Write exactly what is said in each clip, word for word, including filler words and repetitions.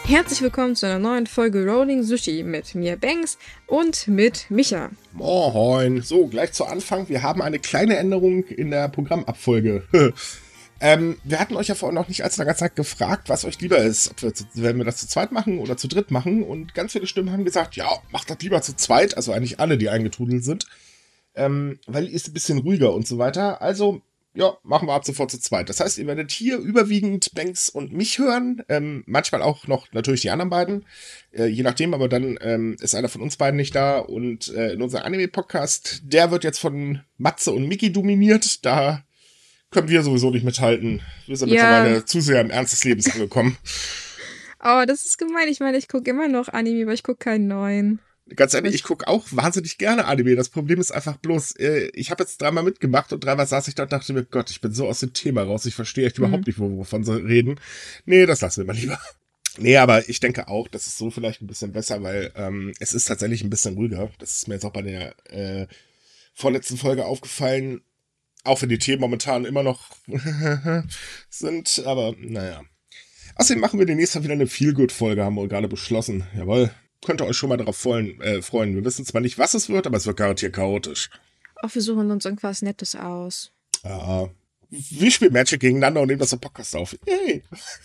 Herzlich willkommen zu einer neuen Folge Rolling Sushi mit mir Banks und mit Micha. Moin. So, gleich zu Anfang. Wir haben eine kleine Änderung in der Programmabfolge. ähm, wir hatten euch ja vorhin noch nicht allzu langer Zeit gefragt, was euch lieber ist. Ob wir, zu, wenn wir das zu zweit machen oder zu dritt machen. Und ganz viele Stimmen haben gesagt, ja, macht das lieber zu zweit. Also eigentlich alle, die eingetrudelt sind. Ähm, weil ist ein bisschen ruhiger und so weiter. Also... ja, machen wir ab sofort zu zweit. Das heißt, ihr werdet hier überwiegend Banks und mich hören. Ähm, manchmal auch noch natürlich die anderen beiden. Äh, je nachdem, aber dann ähm, ist einer von uns beiden nicht da. Und äh, in unserem Anime-Podcast, der wird jetzt von Matze und Miki dominiert. Da können wir sowieso nicht mithalten. Wir sind Ja. mittlerweile zu sehr im Ernst des Lebens angekommen. Oh, das ist gemein. Ich meine, ich gucke immer noch Anime, aber ich gucke keinen neuen. Ganz ehrlich, ich gucke auch wahnsinnig gerne Anime. Das Problem ist einfach bloß, äh, ich habe jetzt dreimal mitgemacht und dreimal saß ich da und dachte mir, Gott, ich bin so aus dem Thema raus, ich verstehe echt mhm. überhaupt nicht, wovon sie reden. Nee, das lassen wir mal lieber. Nee, aber ich denke auch, das ist so vielleicht ein bisschen besser, weil ähm, es ist tatsächlich ein bisschen ruhiger. Das ist mir jetzt auch bei der äh, vorletzten Folge aufgefallen, auch wenn die Themen momentan immer noch sind, aber naja. Außerdem machen wir demnächst wieder eine Feel-Good-Folge, haben wir gerade beschlossen. Jawohl. Könnt ihr euch schon mal darauf freuen, äh, freuen. Wir wissen zwar nicht, was es wird, aber es wird garantiert chaotisch. Auch wir suchen uns irgendwas Nettes aus. Ja. Wir spielen Magic gegeneinander und nehmen das im Podcast auf. Yay.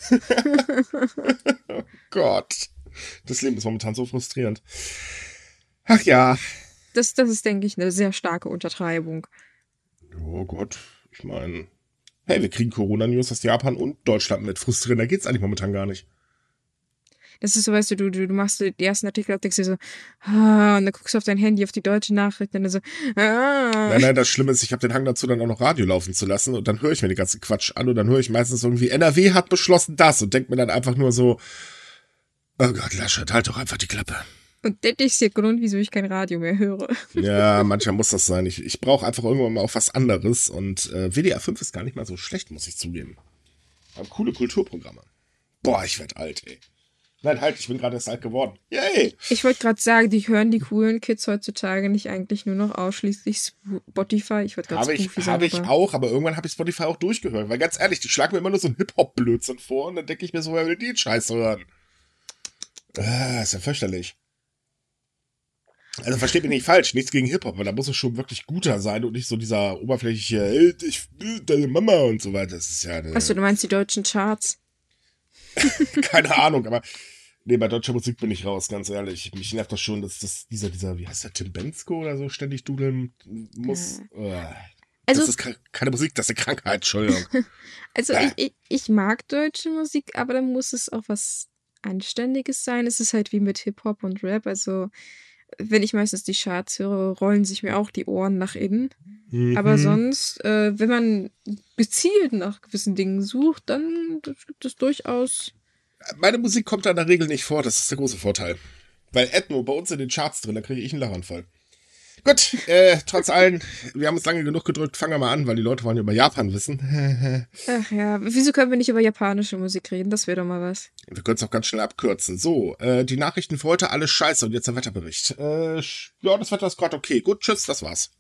Oh Gott. Das Leben ist momentan so frustrierend. Ach ja. Das, das ist, denke ich, eine sehr starke Untertreibung. Oh Gott. Ich meine, hey, wir kriegen Corona-News aus Japan und Deutschland mit. Frustrierender geht's eigentlich momentan gar nicht. Das ist so, weißt du, du, du, du machst die ersten Artikel auf, denkst dir so, ah, und dann guckst du auf dein Handy, auf die deutsche Nachricht, und dann so, ah. Nein, nein, das Schlimme ist, ich habe den Hang dazu, dann auch noch Radio laufen zu lassen und dann höre ich mir den ganzen Quatsch an und dann höre ich meistens irgendwie, N R W hat beschlossen das und denke mir dann einfach nur so, oh Gott, Laschet, halt doch einfach die Klappe. Und das ist der Grund, wieso ich kein Radio mehr höre. Ja, manchmal muss das sein. Ich, ich brauche einfach irgendwann mal auch was anderes und äh, W D R fünf ist gar nicht mal so schlecht, muss ich zugeben. Haben coole Kulturprogramme. Boah, ich werd alt, ey. Nein, halt, ich bin gerade erst alt geworden. Yay! Ich wollte gerade sagen, die hören die coolen Kids heutzutage nicht eigentlich nur noch ausschließlich Spotify. Ich wollte gerade Habe ich, hab ich auch, aber irgendwann habe ich Spotify auch durchgehört. Weil ganz ehrlich, die schlagen mir immer nur so einen Hip-Hop-Blödsinn vor und dann denke ich mir so, wer will die Scheiße hören? Ah, ist ja fürchterlich. Also versteht mich nicht falsch, nichts gegen Hip-Hop, weil da muss es schon wirklich guter sein und nicht so dieser oberflächliche, hey, ich will deine Mama und so weiter. Das ist ja... Achso, du meinst die deutschen Charts? Keine Ahnung, aber nee, bei deutscher Musik bin ich raus, ganz ehrlich. Mich nervt das schon, dass das dieser, dieser, wie heißt der, Tim Bensko oder so ständig dudeln muss. Ja. Also, das ist keine Musik, das ist eine Krankheit, Entschuldigung. Also ja. ich, ich, ich mag deutsche Musik, aber dann muss es auch was Anständiges sein. Es ist halt wie mit Hip-Hop und Rap, also wenn ich meistens die Charts höre, rollen sich mir auch die Ohren nach innen. Mhm. Aber sonst, äh, wenn man gezielt nach gewissen Dingen sucht, dann gibt es durchaus... Meine Musik kommt da in der Regel nicht vor, das ist der große Vorteil. Weil Ethno bei uns in den Charts drin, da kriege ich einen Lachanfall. Gut, äh, trotz allem, wir haben uns lange genug gedrückt, fangen wir mal an, weil die Leute wollen ja über Japan wissen. Ach ja, wieso können wir nicht über japanische Musik reden? Das wäre doch mal was. Wir können es auch ganz schnell abkürzen. So, äh, die Nachrichten für heute, alles scheiße und jetzt der Wetterbericht. Äh, ja, das Wetter ist gerade okay. Gut, tschüss, das war's.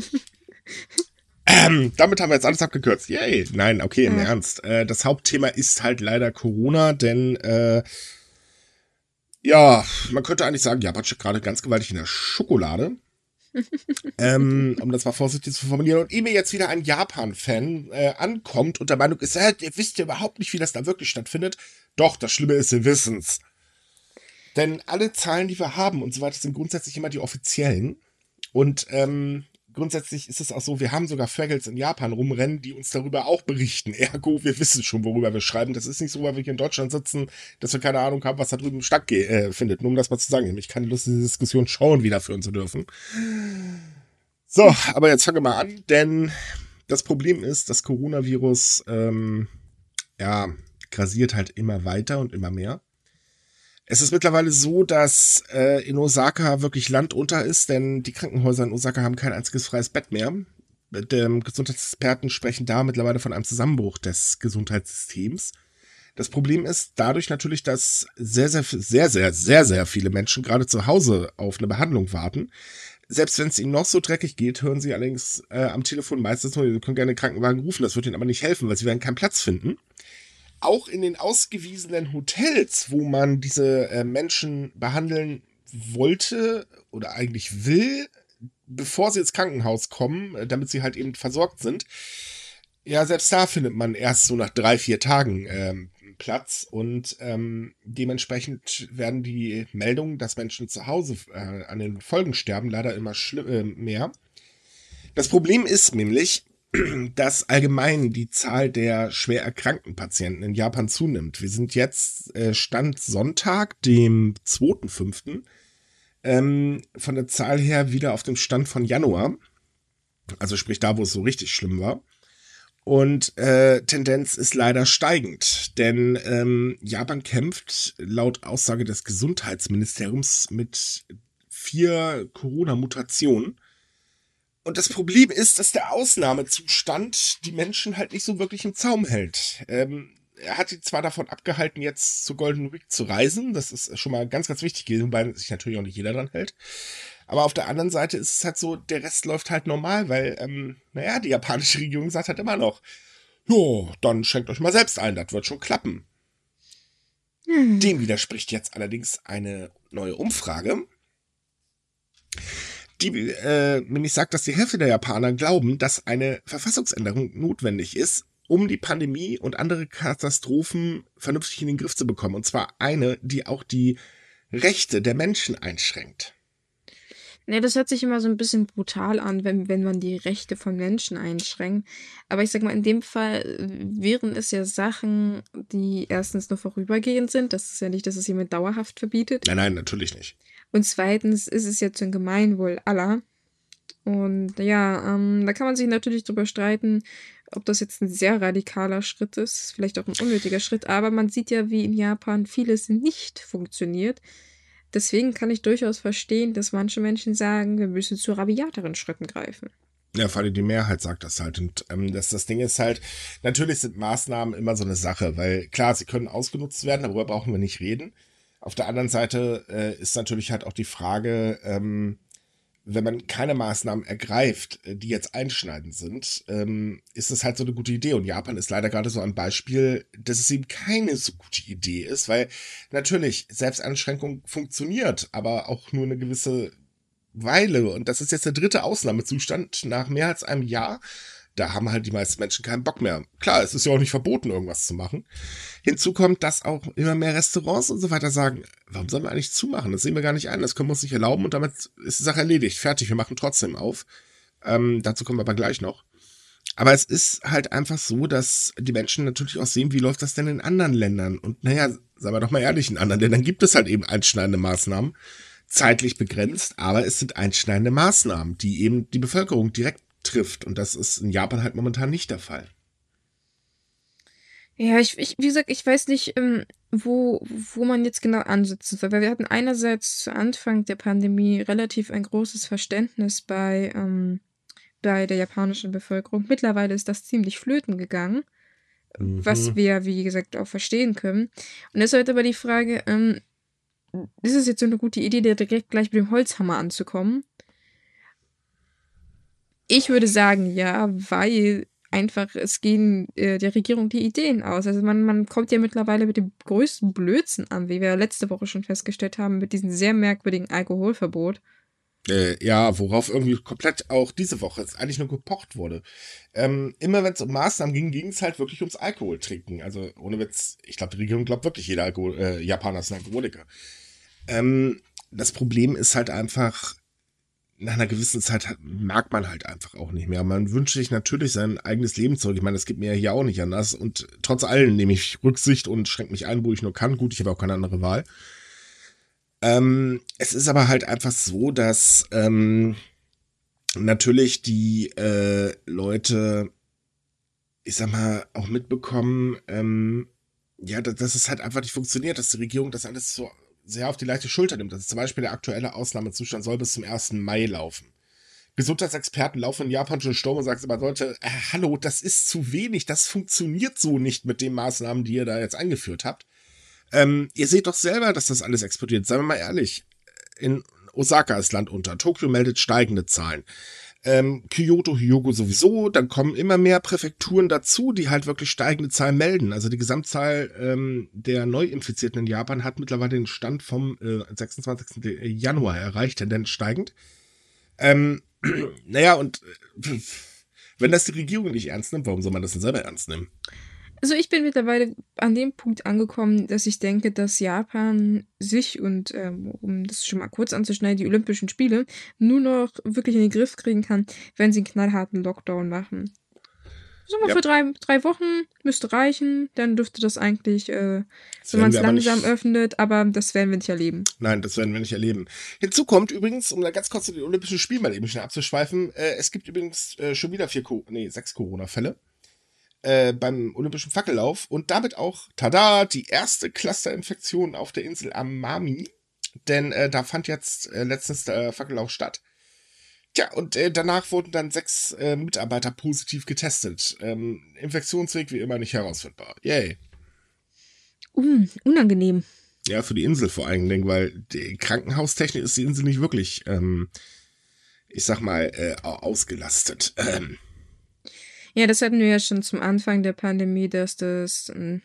ähm, damit haben wir jetzt alles abgekürzt. Yay. Nein, okay, im ja. Ernst. Äh, das Hauptthema ist halt leider Corona, denn äh, ja, man könnte eigentlich sagen, Japan steckt gerade ganz gewaltig in der Schokolade. ähm, um das mal vorsichtig zu formulieren. Und ehe mir jetzt wieder ein Japan-Fan äh, ankommt und der Meinung ist, äh, ihr wisst ja überhaupt nicht, wie das da wirklich stattfindet. Doch, das Schlimme ist, wir wissen's. Denn alle Zahlen, die wir haben und so weiter, sind grundsätzlich immer die offiziellen. Und ähm, grundsätzlich ist es auch so, wir haben sogar Fraggles in Japan rumrennen, die uns darüber auch berichten. Ergo, wir wissen schon, worüber wir schreiben. Das ist nicht so, weil wir hier in Deutschland sitzen, dass wir keine Ahnung haben, was da drüben stattfindet. Äh, Nur um das mal zu sagen. Ich keine Lust, diese Diskussion schauen wieder führen zu dürfen. So, aber jetzt fangen wir mal an, denn das Problem ist, das Coronavirus, ähm, ja, grasiert halt immer weiter und immer mehr. Es ist mittlerweile so, dass äh, in Osaka wirklich Land unter ist, denn die Krankenhäuser in Osaka haben kein einziges freies Bett mehr. Die Gesundheitsexperten sprechen da mittlerweile von einem Zusammenbruch des Gesundheitssystems. Das Problem ist dadurch natürlich, dass sehr, sehr, sehr, sehr, sehr, sehr viele Menschen gerade zu Hause auf eine Behandlung warten. Selbst wenn es ihnen noch so dreckig geht, hören sie allerdings äh, am Telefon meistens nur, sie können gerne einen Krankenwagen rufen, das wird ihnen aber nicht helfen, weil sie werden keinen Platz finden. auch in den ausgewiesenen Hotels, wo man diese äh, Menschen behandeln wollte oder eigentlich will, bevor sie ins Krankenhaus kommen, äh, damit sie halt eben versorgt sind, ja, selbst da findet man erst so nach drei, vier Tagen ähm, Platz und ähm, dementsprechend werden die Meldungen, dass Menschen zu Hause äh, an den Folgen sterben, leider immer schli- äh, mehr. Das Problem ist nämlich, dass allgemein die Zahl der schwer erkrankten Patienten in Japan zunimmt. Wir sind jetzt äh, Stand Sonntag, dem zweiten fünften Ähm, von der Zahl her wieder auf dem Stand von Januar. Also sprich da, wo es so richtig schlimm war. Und äh, Tendenz ist leider steigend, denn ähm, Japan kämpft laut Aussage des Gesundheitsministeriums mit vier Corona-Mutationen. Und das Problem ist, dass der Ausnahmezustand die Menschen halt nicht so wirklich im Zaum hält. Ähm, er hat sie zwar davon abgehalten, jetzt zur Golden Week zu reisen. Das ist schon mal ganz, ganz wichtig, wobei sich natürlich auch nicht jeder dran hält. Aber auf der anderen Seite ist es halt so, der Rest läuft halt normal, weil, ähm, naja, die japanische Regierung sagt halt immer noch, jo, dann schenkt euch mal selbst ein, das wird schon klappen. Hm. Dem widerspricht jetzt allerdings eine neue Umfrage, die äh, nämlich sagt, dass die Hälfte der Japaner glauben, dass eine Verfassungsänderung notwendig ist, um die Pandemie und andere Katastrophen vernünftig in den Griff zu bekommen. Und zwar eine, die auch die Rechte der Menschen einschränkt. Nee, das hört sich immer so ein bisschen brutal an, wenn, wenn man die Rechte von Menschen einschränkt. Aber ich sag mal, in dem Fall wären es ja Sachen, die erstens nur vorübergehend sind. Das ist ja nicht, dass es jemand dauerhaft verbietet. Nein, nein, natürlich nicht. Und zweitens ist es ja zum Gemeinwohl aller. Und ja, ähm, da kann man sich natürlich drüber streiten, ob das jetzt ein sehr radikaler Schritt ist, vielleicht auch ein unnötiger Schritt. Aber man sieht ja, wie in Japan vieles nicht funktioniert. Deswegen kann ich durchaus verstehen, dass manche Menschen sagen, wir müssen zu rabiateren Schritten greifen. Ja, vor allem die Mehrheit sagt das halt. Und ähm, das, das Ding ist halt, natürlich sind Maßnahmen immer so eine Sache, weil klar, sie können ausgenutzt werden, darüber brauchen wir nicht reden. Auf der anderen Seite äh, ist natürlich halt auch die Frage, ähm, wenn man keine Maßnahmen ergreift, die jetzt einschneidend sind, ähm, ist das halt so eine gute Idee. Und Japan ist leider gerade so ein Beispiel, dass es eben keine so gute Idee ist, weil natürlich Selbsteinschränkung funktioniert, aber auch nur eine gewisse Weile. Und das ist jetzt der dritte Ausnahmezustand nach mehr als einem Jahr. Da haben halt die meisten Menschen keinen Bock mehr. Klar, es ist ja auch nicht verboten, irgendwas zu machen. Hinzu kommt, dass auch immer mehr Restaurants und so weiter sagen, warum sollen wir eigentlich zumachen? Das sehen wir gar nicht ein, das können wir uns nicht erlauben und damit ist die Sache erledigt. Fertig, wir machen trotzdem auf. Ähm, dazu kommen wir aber gleich noch. Aber es ist halt einfach so, dass die Menschen natürlich auch sehen, wie läuft das denn in anderen Ländern? Und naja, sagen wir doch mal ehrlich, in anderen Ländern gibt es halt eben einschneidende Maßnahmen, zeitlich begrenzt, aber es sind einschneidende Maßnahmen, die eben die Bevölkerung direkt trifft. Und das ist in Japan halt momentan nicht der Fall. Ja, ich, ich wie gesagt, ich weiß nicht, ähm, wo, wo man jetzt genau ansetzen soll. Weil wir hatten einerseits zu Anfang der Pandemie relativ ein großes Verständnis bei, ähm, bei der japanischen Bevölkerung. Mittlerweile ist das ziemlich flöten gegangen, mhm. was wir, wie gesagt, auch verstehen können. Und es ist halt aber die Frage, ähm, ist es jetzt so eine gute Idee, direkt gleich mit dem Holzhammer anzukommen? Ich würde sagen, ja, weil einfach es gehen äh, der Regierung die Ideen aus. Also man, man kommt ja mittlerweile mit dem größten Blödsinn an, wie wir letzte Woche schon festgestellt haben, mit diesem sehr merkwürdigen Alkoholverbot. Äh, ja, worauf irgendwie komplett auch diese Woche jetzt eigentlich nur gepocht wurde. Ähm, immer wenn es um Maßnahmen ging, ging es halt wirklich ums Alkoholtrinken. Also ohne Witz, ich glaube, die Regierung glaubt wirklich, jeder Alkohol, äh, Japaner ist ein Alkoholiker. Ähm, das Problem ist halt einfach, nach einer gewissen Zeit mag man halt einfach auch nicht mehr. Man wünscht sich natürlich sein eigenes Leben zurück. Ich meine, das geht mir hier auch nicht anders. Und trotz allem nehme ich Rücksicht und schränke mich ein, wo ich nur kann. Gut, ich habe auch keine andere Wahl. Ähm, es ist aber halt einfach so, dass ähm, natürlich die äh, Leute, ich sag mal, auch mitbekommen, ähm, ja, dass, dass es halt einfach nicht funktioniert, dass die Regierung das alles so sehr auf die leichte Schulter nimmt. Das ist zum Beispiel der aktuelle Ausnahmezustand soll bis zum ersten Mai laufen. Gesundheitsexperten laufen in Japan schon Sturm und sagen aber, Leute, äh, hallo, das ist zu wenig, das funktioniert so nicht mit den Maßnahmen, die ihr da jetzt eingeführt habt. Ähm, ihr seht doch selber, dass das alles explodiert. Seien wir mal ehrlich, in Osaka ist Land unter, Tokio meldet steigende Zahlen. Ähm, Kyoto, Hyogo sowieso, dann kommen immer mehr Präfekturen dazu, die halt wirklich steigende Zahlen melden. Also die Gesamtzahl ähm, der Neuinfizierten in Japan hat mittlerweile den Stand vom äh, sechsundzwanzigsten Januar erreicht, Tendenz steigend. Ähm, naja, und äh, wenn das die Regierung nicht ernst nimmt, warum soll man das denn selber ernst nehmen? Also ich bin mittlerweile an dem Punkt angekommen, dass ich denke, dass Japan sich und, ähm, um das schon mal kurz anzuschneiden, die Olympischen Spiele nur noch wirklich in den Griff kriegen kann, wenn sie einen knallharten Lockdown machen. Sagen wir Ja, für drei, drei Wochen müsste reichen, dann dürfte das eigentlich, äh, das wenn werden man es wir aber langsam nicht. öffnet, aber das werden wir nicht erleben. Nein, das werden wir nicht erleben. Hinzu kommt übrigens, um da ganz kurz zu den Olympischen Spielen mal eben schnell abzuschweifen, äh, es gibt übrigens äh, schon wieder vier, Co nee, sechs Corona-Fälle äh, beim Olympischen Fackellauf und damit auch, tada, die erste Clusterinfektion auf der Insel Amami, denn äh, da fand jetzt äh, letztens der Fackellauf statt. Tja, und äh, danach wurden dann sechs äh, Mitarbeiter positiv getestet. Ähm, Infektionsweg wie immer nicht herausfindbar. Yay. Un unangenehm. Ja, für die Insel vor allen Dingen, weil die Krankenhaustechnik ist die Insel nicht wirklich, ähm, ich sag mal, äh, ausgelastet. Ähm. Ja, das hatten wir ja schon zum Anfang der Pandemie, dass das, ähm,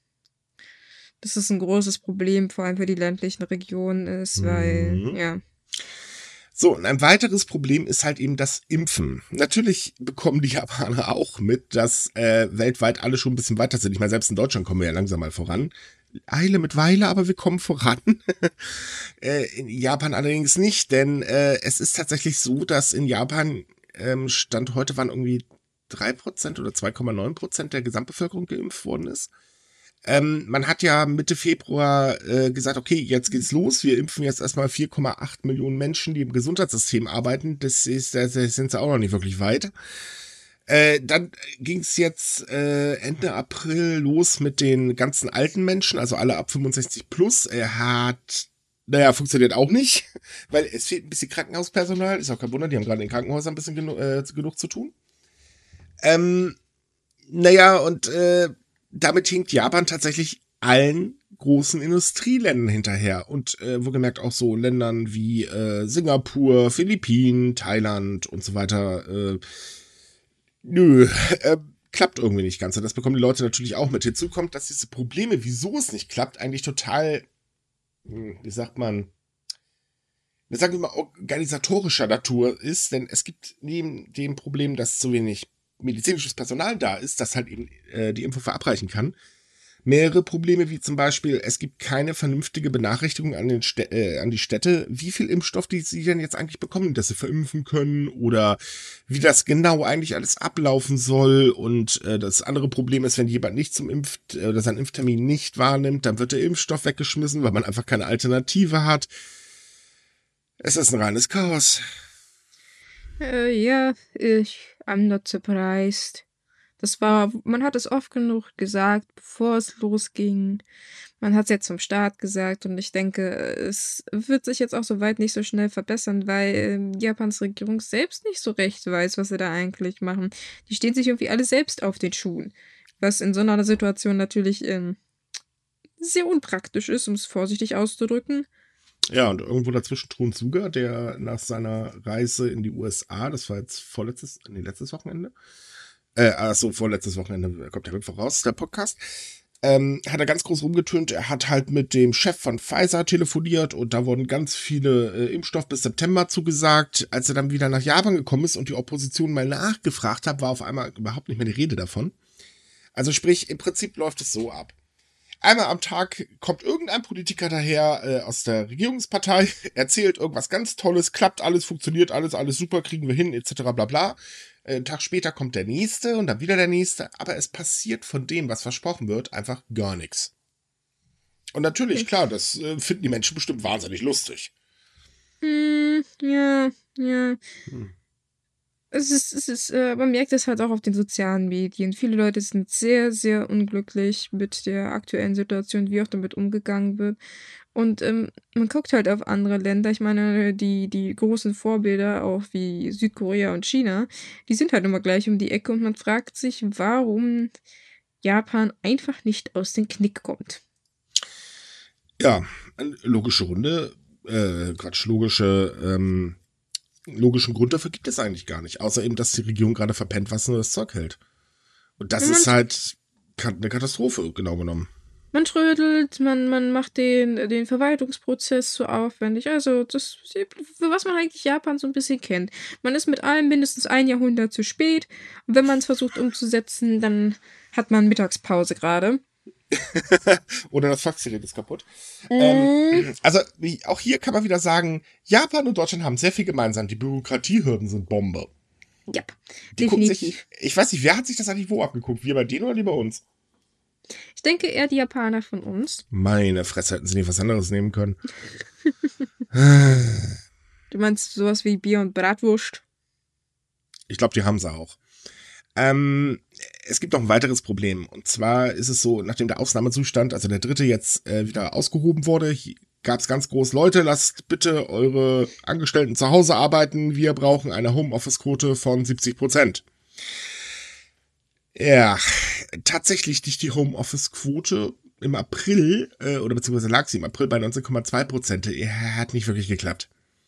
dass das ein großes Problem vor allem für die ländlichen Regionen ist, weil, Mhm. ja. So, und ein weiteres Problem ist halt eben das Impfen. Natürlich bekommen die Japaner auch mit, dass äh, weltweit alle schon ein bisschen weiter sind. Ich meine, selbst in Deutschland kommen wir ja langsam mal voran. Eile mit Weile, aber wir kommen voran. äh, in Japan allerdings nicht, denn äh, es ist tatsächlich so, dass in Japan ähm, Stand heute waren irgendwie drei Prozent oder zwei Komma neun Prozent der Gesamtbevölkerung geimpft worden ist. Ähm, man hat ja Mitte Februar äh, gesagt, okay, jetzt geht's los. Wir impfen jetzt erstmal vier Komma acht Millionen Menschen, die im Gesundheitssystem arbeiten. Das ist, da sind sie auch noch nicht wirklich weit. Äh, dann ging's jetzt äh, Ende April los mit den ganzen alten Menschen, also alle ab fünfundsechzig plus. Er hat, naja, funktioniert auch nicht, weil es fehlt ein bisschen Krankenhauspersonal. Ist auch kein Wunder, die haben gerade in den Krankenhäusern ein bisschen genu äh, genug zu tun. Ähm, naja, und äh, damit hinkt Japan tatsächlich allen großen Industrieländern hinterher. Und äh, wohlgemerkt auch so Ländern wie äh, Singapur, Philippinen, Thailand und so weiter. Äh, nö, äh, klappt irgendwie nicht ganz. Und das bekommen die Leute natürlich auch mit. Hinzu kommt, dass diese Probleme, wieso es nicht klappt, eigentlich total, wie sagt man, wir sagen immer organisatorischer Natur ist, denn es gibt neben dem Problem, dass zu wenig medizinisches Personal da ist, das halt eben äh, die Info verabreichen kann, mehrere Probleme, wie zum Beispiel, es gibt keine vernünftige Benachrichtigung an, den Stä äh, an die Städte, wie viel Impfstoff die sie denn jetzt eigentlich bekommen, dass sie verimpfen können oder wie das genau eigentlich alles ablaufen soll. Und äh, das andere Problem ist, wenn jemand nicht zum Impf äh, oder seinen Impftermin nicht wahrnimmt, dann wird der Impfstoff weggeschmissen, weil man einfach keine Alternative hat. Es ist ein reines Chaos. Äh, ja, ich I'm not surprised. Das war man hat es oft genug gesagt, bevor es losging. Man hat's jetzt zum Start gesagt und ich denke, es wird sich jetzt auch so weit nicht so schnell verbessern, weil, ähm, Japans Regierung selbst nicht so recht weiß, was sie da eigentlich machen. Die stehen sich irgendwie alle selbst auf den Schuhen, was in so einer Situation natürlich, ähm, sehr unpraktisch ist, um es vorsichtig auszudrücken. Ja, und irgendwo dazwischen thront Suga, der nach seiner Reise in die U S A, das war jetzt vorletztes, nee, letztes Wochenende, äh, achso, vorletztes Wochenende, kommt ja mit voraus, der Podcast, ähm, hat er ganz groß rumgetönt, er hat halt mit dem Chef von Pfizer telefoniert und da wurden ganz viele äh, Impfstoff bis September zugesagt. Als er dann wieder nach Japan gekommen ist und die Opposition mal nachgefragt hat, war auf einmal überhaupt nicht mehr die Rede davon. Also sprich, im Prinzip läuft es so ab. Einmal am Tag kommt irgendein Politiker daher äh, aus der Regierungspartei, erzählt irgendwas ganz Tolles, klappt alles, funktioniert alles, alles super, kriegen wir hin, et cetera bla bla. Äh, einen Tag später kommt der nächste und dann wieder der nächste, aber es passiert von dem, was versprochen wird, einfach gar nichts. Und natürlich, klar, das äh, finden die Menschen bestimmt wahnsinnig lustig. Hm, ja, ja. Hm. Es ist es ist, äh man merkt es halt auch auf den sozialen Medien. Viele Leute sind sehr, sehr unglücklich mit der aktuellen Situation, wie auch damit umgegangen wird. Und, ähm, man guckt halt auf andere Länder. Ich meine, die die großen Vorbilder, auch wie Südkorea und China, die sind halt immer gleich um die Ecke und man fragt sich, warum Japan einfach nicht aus dem Knick kommt. Ja, eine logische Runde, äh, Quatsch, logische, ähm, logischen Grund dafür gibt es eigentlich gar nicht. Außer eben, dass die Regierung gerade verpennt, was nur das Zeug hält. Und das Ja, man, ist halt eine Katastrophe, genau genommen. man trödelt, man, man macht den, den Verwaltungsprozess zu aufwendig. Also, das, für was man eigentlich Japan so ein bisschen kennt. Man ist mit allem mindestens ein Jahrhundert zu spät. Und wenn man es versucht umzusetzen, dann hat man Mittagspause gerade. Oder das Faxgerät ist kaputt. Ähm, Mm. also, wie, auch hier kann man wieder sagen, Japan und Deutschland haben sehr viel gemeinsam. Die Bürokratiehürden sind Bombe. Ja, Die gucken sich, definitiv. ich weiß nicht, wer hat sich das eigentlich wo abgeguckt? Wir bei denen oder die bei uns? Ich denke eher die Japaner von uns. Meine Fresse, hätten sie nicht was anderes nehmen können. Du meinst sowas wie Bier und Bratwurst? Ich glaube, die haben sie auch. Ähm, es gibt noch ein weiteres Problem. Und zwar ist es so, nachdem der Ausnahmezustand, also der dritte, jetzt äh, wieder ausgehoben wurde, gab es ganz groß, Leute, lasst bitte eure Angestellten zu Hause arbeiten. Wir brauchen eine Homeoffice-Quote von siebzig Prozent. Ja, tatsächlich liegt die Homeoffice-Quote im April, äh, oder beziehungsweise lag sie im April bei neunzehn Komma zwei Prozent. Ja, hat nicht wirklich geklappt.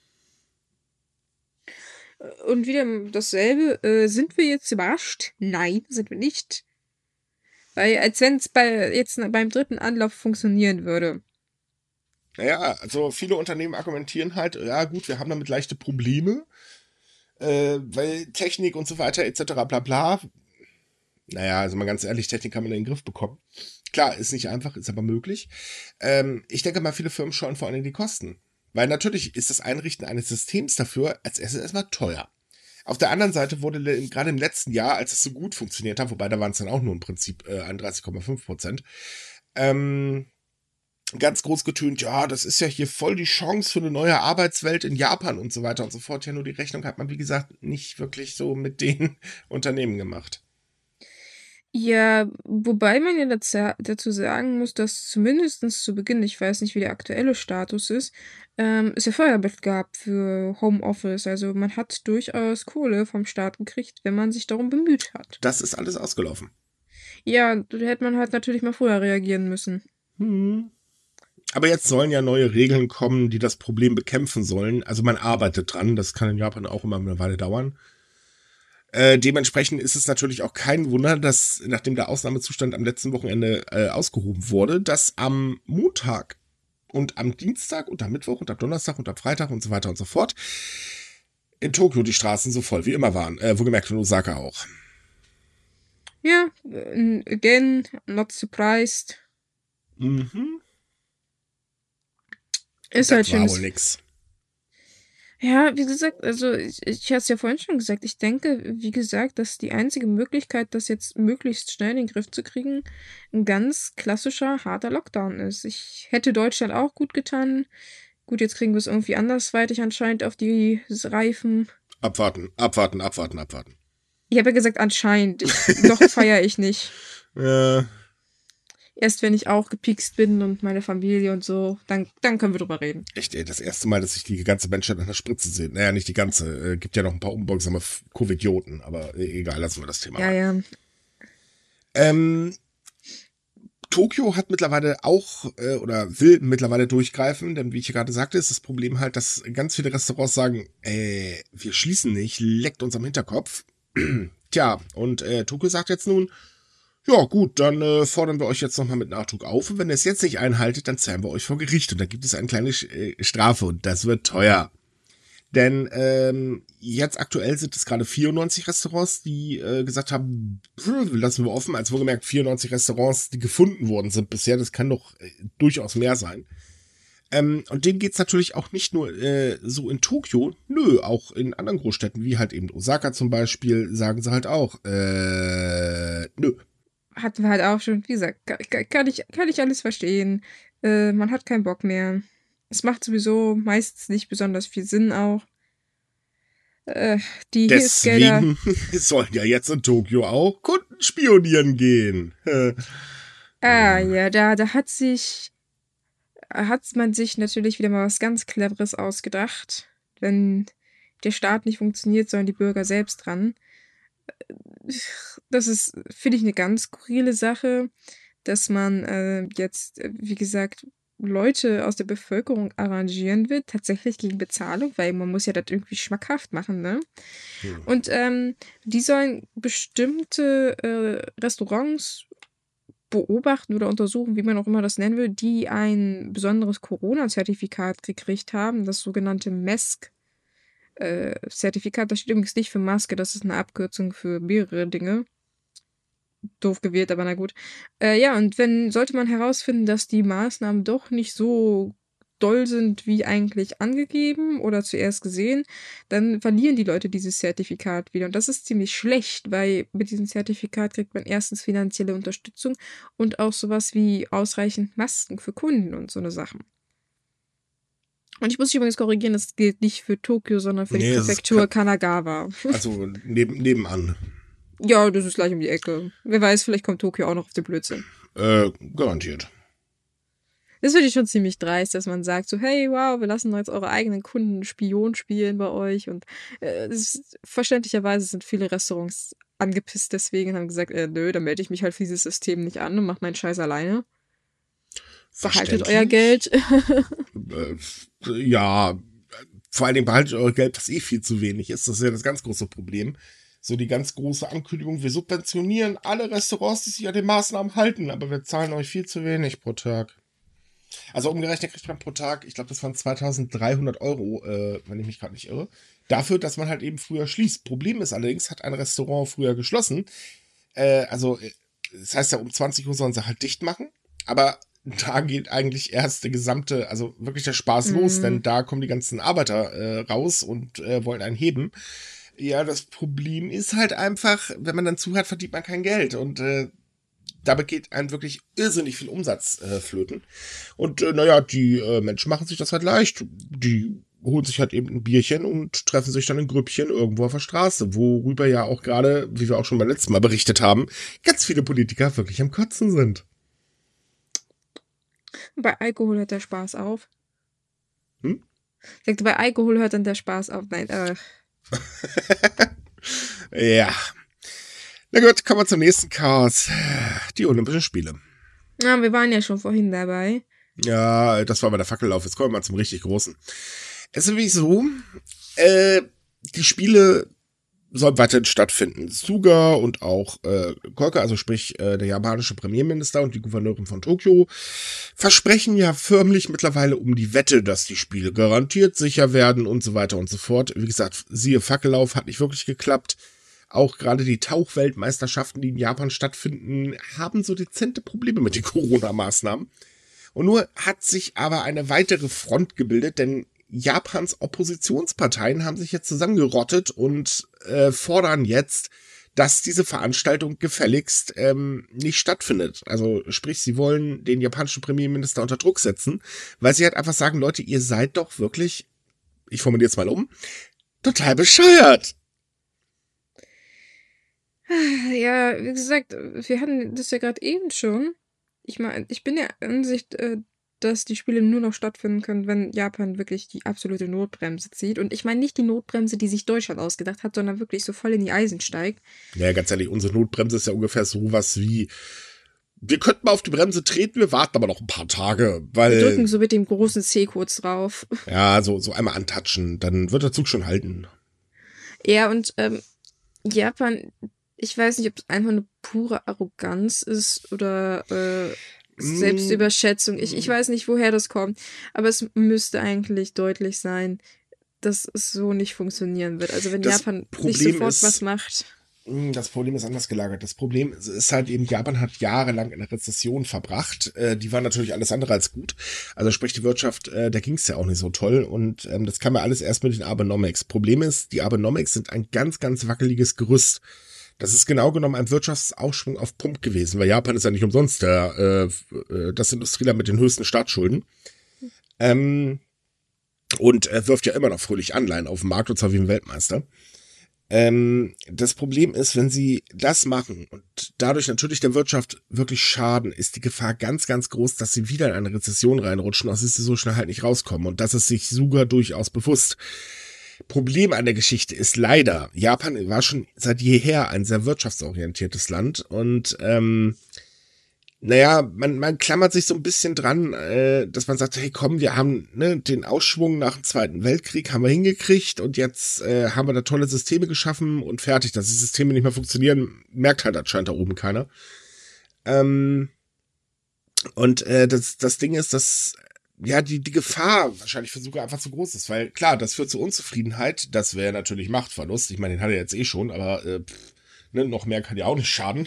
Und wieder dasselbe. Äh, sind wir jetzt überrascht? Nein, sind wir nicht. Weil, als wenn es bei, jetzt beim dritten Anlauf funktionieren würde. Naja, also viele Unternehmen argumentieren halt, ja gut, wir haben damit leichte Probleme, äh, weil Technik und so weiter et cetera bla bla. Naja, also mal ganz ehrlich, Technik kann man in den Griff bekommen. Klar, ist nicht einfach, ist aber möglich. Ähm, ich denke mal, viele Firmen schauen vor allem die Kosten. Weil natürlich ist das Einrichten eines Systems dafür als erstes erstmal teuer. Auf der anderen Seite wurde gerade im letzten Jahr, als es so gut funktioniert hat, wobei da waren es dann auch nur im Prinzip äh, einunddreißig Komma fünf Prozent, ähm, ganz groß getönt, ja, das ist ja hier voll die Chance für eine neue Arbeitswelt in Japan und so weiter und so fort. Ja, nur die Rechnung hat man, wie gesagt, nicht wirklich so mit den Unternehmen gemacht. Ja, wobei man ja dazu, dazu sagen muss, dass zumindest zu Beginn, ich weiß nicht, wie der aktuelle Status ist, ähm, es ja Fördermittel gab für Homeoffice. Also man hat durchaus Kohle vom Staat gekriegt, wenn man sich darum bemüht hat. Das ist alles ausgelaufen. Ja, da hätte man halt natürlich mal früher reagieren müssen. Hm. Aber jetzt sollen ja neue Regeln kommen, die das Problem bekämpfen sollen. Also man arbeitet dran, das kann in Japan auch immer eine Weile dauern. Äh, dementsprechend ist es natürlich auch kein Wunder, dass, nachdem der Ausnahmezustand am letzten Wochenende äh, ausgehoben wurde, dass am Montag und am Dienstag und am Mittwoch und am Donnerstag und am Freitag und so weiter und so fort in Tokio die Straßen so voll wie immer waren. Äh, wohlgemerkt in Osaka auch. Ja, äh, again, not surprised. Mhm. Ist Das halt war schön. wohl nix. Ja, wie gesagt, also ich, ich hatte es ja vorhin schon gesagt, ich denke, wie gesagt, dass die einzige Möglichkeit, das jetzt möglichst schnell in den Griff zu kriegen, ein ganz klassischer, harter Lockdown ist. Ich hätte Deutschland auch gut getan. Gut, jetzt kriegen wir es irgendwie andersweitig anscheinend auf die Reifen. Abwarten, abwarten, abwarten, abwarten. Ich habe ja gesagt, anscheinend. Ich, noch feiere ich nicht. Ja. Erst wenn ich auch gepikst bin und meine Familie und so, dann, dann können wir drüber reden. Echt, ey, das erste Mal, dass ich die ganze Menschheit an der Spritze sehe. Naja, nicht die ganze. Äh, gibt ja noch ein paar unbeugsame Covidioten, aber äh, egal, lassen wir das Thema Ja, mal. ja. Ähm, Tokio hat mittlerweile auch äh, oder will mittlerweile durchgreifen, denn wie ich gerade sagte, ist das Problem halt, dass ganz viele Restaurants sagen, äh, wir schließen nicht, leckt uns am Hinterkopf. Tja, und äh, Tokio sagt jetzt nun, ja gut, dann äh, fordern wir euch jetzt nochmal mit Nachdruck auf und wenn ihr es jetzt nicht einhaltet, dann zerren wir euch vor Gericht und dann gibt es eine kleine äh, Strafe und das wird teuer. Denn ähm, jetzt aktuell sind es gerade vierundneunzig Restaurants, die äh, gesagt haben, lassen wir offen, als wohlgemerkt vierundneunzig Restaurants, die gefunden worden sind bisher. Das kann doch äh, durchaus mehr sein. Ähm, und denen geht's natürlich auch nicht nur äh, so in Tokio, nö, auch in anderen Großstädten, wie halt eben Osaka zum Beispiel, sagen sie halt auch, äh, nö. Hatten wir halt auch schon, wie gesagt, kann, kann, ich, kann ich alles verstehen. Äh, man hat keinen Bock mehr. Es macht sowieso meistens nicht besonders viel Sinn auch. Äh, die Hilfsgelder. Deswegen sollen ja jetzt in Tokio auch Kunden spionieren gehen. Ah, ja, da, da hat sich, hat man sich natürlich wieder mal was ganz Cleveres ausgedacht. Wenn der Staat nicht funktioniert, sollen die Bürger selbst dran. Das ist, finde ich, eine ganz skurrile Sache, dass man äh, jetzt, äh, wie gesagt, Leute aus der Bevölkerung arrangieren will, tatsächlich gegen Bezahlung, weil man muss ja das irgendwie schmackhaft machen, ne? Hm. Und ähm, die sollen bestimmte äh, Restaurants beobachten oder untersuchen, wie man auch immer das nennen will, die ein besonderes Corona-Zertifikat gekriegt haben, das sogenannte M E S C-Zertifikat. Das steht übrigens nicht für Maske, das ist eine Abkürzung für mehrere Dinge. Doof gewählt, aber na gut. Äh, ja, und wenn sollte man herausfinden, dass die Maßnahmen doch nicht so doll sind, wie eigentlich angegeben oder zuerst gesehen, dann verlieren die Leute dieses Zertifikat wieder. Und das ist ziemlich schlecht, weil mit diesem Zertifikat kriegt man erstens finanzielle Unterstützung und auch sowas wie ausreichend Masken für Kunden und so eine Sachen. Und ich muss dich übrigens korrigieren, das gilt nicht für Tokio, sondern für Nee, die es ist Präfektur ka- Kanagawa. Also neben, nebenan. Ja, das ist gleich um die Ecke. Wer weiß, vielleicht kommt Tokio auch noch auf den Blödsinn. Äh, garantiert. Das finde ich schon ziemlich dreist, dass man sagt so, hey, wow, wir lassen jetzt eure eigenen Kunden Spion spielen bei euch. Und äh, das ist, verständlicherweise sind viele Restaurants angepisst deswegen und haben gesagt, äh, nö, dann melde ich mich halt für dieses System nicht an und mach meinen Scheiß alleine. Behaltet euer Geld. äh, ja, vor allen Dingen behaltet euer Geld, was eh viel zu wenig ist. Das ist ja das ganz große Problem. So die ganz große Ankündigung, wir subventionieren alle Restaurants, die sich an den Maßnahmen halten, aber wir zahlen euch viel zu wenig pro Tag. Also umgerechnet kriegt man pro Tag, ich glaube, das waren zweitausenddreihundert Euro, äh, wenn ich mich gerade nicht irre, dafür, dass man halt eben früher schließt. Problem ist allerdings, hat ein Restaurant früher geschlossen. Äh, also, das heißt ja, um zwanzig Uhr sollen sie halt dicht machen, aber da geht eigentlich erst der gesamte, also wirklich der Spaß Mhm. los, denn da kommen die ganzen Arbeiter äh, raus und äh, wollen einen heben. Ja, das Problem ist halt einfach, wenn man dann zu hat, verdient man kein Geld und äh, dabei geht einem wirklich irrsinnig viel Umsatz äh, flöten. Und äh, naja, die äh, Menschen machen sich das halt leicht. Die holen sich halt eben ein Bierchen und treffen sich dann in Grüppchen irgendwo auf der Straße, worüber ja auch gerade, wie wir auch schon beim letzten Mal berichtet haben, ganz viele Politiker wirklich am Kotzen sind. Bei Alkohol hört der Spaß auf. Hm? Sagt, bei Alkohol hört dann der Spaß auf. Nein, äh. Ja. Na gut, kommen wir zum nächsten Chaos. Die Olympischen Spiele. Ja, wir waren ja schon vorhin dabei. Ja, das war bei der Fackellauf. Jetzt kommen wir mal zum richtig Großen. Es ist nämlich so, äh, die Spiele sollen weiterhin stattfinden. Suga und auch äh, Koike, also sprich äh, der japanische Premierminister und die Gouverneurin von Tokio, versprechen ja förmlich mittlerweile um die Wette, dass die Spiele garantiert sicher werden und so weiter und so fort. Wie gesagt, siehe Fackellauf, hat nicht wirklich geklappt. Auch gerade die Tauchweltmeisterschaften, die in Japan stattfinden, haben so dezente Probleme mit den Corona-Maßnahmen. Und nur hat sich aber eine weitere Front gebildet, denn Japans Oppositionsparteien haben sich jetzt zusammengerottet und äh, fordern jetzt, dass diese Veranstaltung gefälligst ähm, nicht stattfindet. Also sprich, sie wollen den japanischen Premierminister unter Druck setzen, weil sie halt einfach sagen, Leute, ihr seid doch wirklich, ich formuliere es mal um, total bescheuert. Ja, wie gesagt, wir hatten das ja gerade eben schon. Ich meine, ich bin der Ansicht, äh, dass die Spiele nur noch stattfinden können, wenn Japan wirklich die absolute Notbremse zieht. Und ich meine nicht die Notbremse, die sich Deutschland ausgedacht hat, sondern wirklich so voll in die Eisen steigt. Naja, ganz ehrlich, unsere Notbremse ist ja ungefähr sowas wie, wir könnten mal auf die Bremse treten, wir warten aber noch ein paar Tage, weil... Wir drücken so mit dem großen C kurz drauf. Ja, so, so einmal antatschen, dann wird der Zug schon halten. Ja, und ähm, Japan, ich weiß nicht, ob es einfach eine pure Arroganz ist oder äh, Selbstüberschätzung. Ich, ich weiß nicht, woher das kommt, aber es müsste eigentlich deutlich sein, dass es so nicht funktionieren wird. Also wenn Das Japan Problem nicht sofort ist- was macht. Das Problem ist anders gelagert. Das Problem ist halt eben, Japan hat jahrelang in der Rezession verbracht. Äh, die war natürlich alles andere als gut. Also sprich, die Wirtschaft, äh, da ging es ja auch nicht so toll. Und ähm, das kam ja alles erst mit den Abenomics. Problem ist, die Abenomics sind ein ganz, ganz wackeliges Gerüst. Das ist genau genommen ein Wirtschaftsaufschwung auf Pump gewesen, weil Japan ist ja nicht umsonst der, äh, das Industrieland mit den höchsten Staatsschulden. Ähm, und er wirft ja immer noch fröhlich Anleihen auf den Markt, und zwar wie ein Weltmeister. Ähm, das Problem ist, wenn sie das machen und dadurch natürlich der Wirtschaft wirklich schaden, ist die Gefahr ganz, ganz groß, dass sie wieder in eine Rezession reinrutschen, aus der sie so schnell halt nicht rauskommen. Und das ist sich Suga durchaus bewusst. Problem an der Geschichte ist leider, Japan war schon seit jeher ein sehr wirtschaftsorientiertes Land und ähm, Naja, man, man klammert sich so ein bisschen dran, äh, dass man sagt, hey komm, wir haben ne, den Ausschwung nach dem Zweiten Weltkrieg haben wir hingekriegt und jetzt äh, haben wir da tolle Systeme geschaffen und fertig. Dass die Systeme nicht mehr funktionieren, merkt halt anscheinend da oben keiner. Ähm, und äh, das, das Ding ist, dass ja die, die Gefahr wahrscheinlich für Suga einfach zu groß ist, weil klar, das führt zu Unzufriedenheit, das wäre natürlich Machtverlust. Ich meine, den hat er jetzt eh schon, aber äh, pff, ne, noch mehr kann ja auch nicht schaden.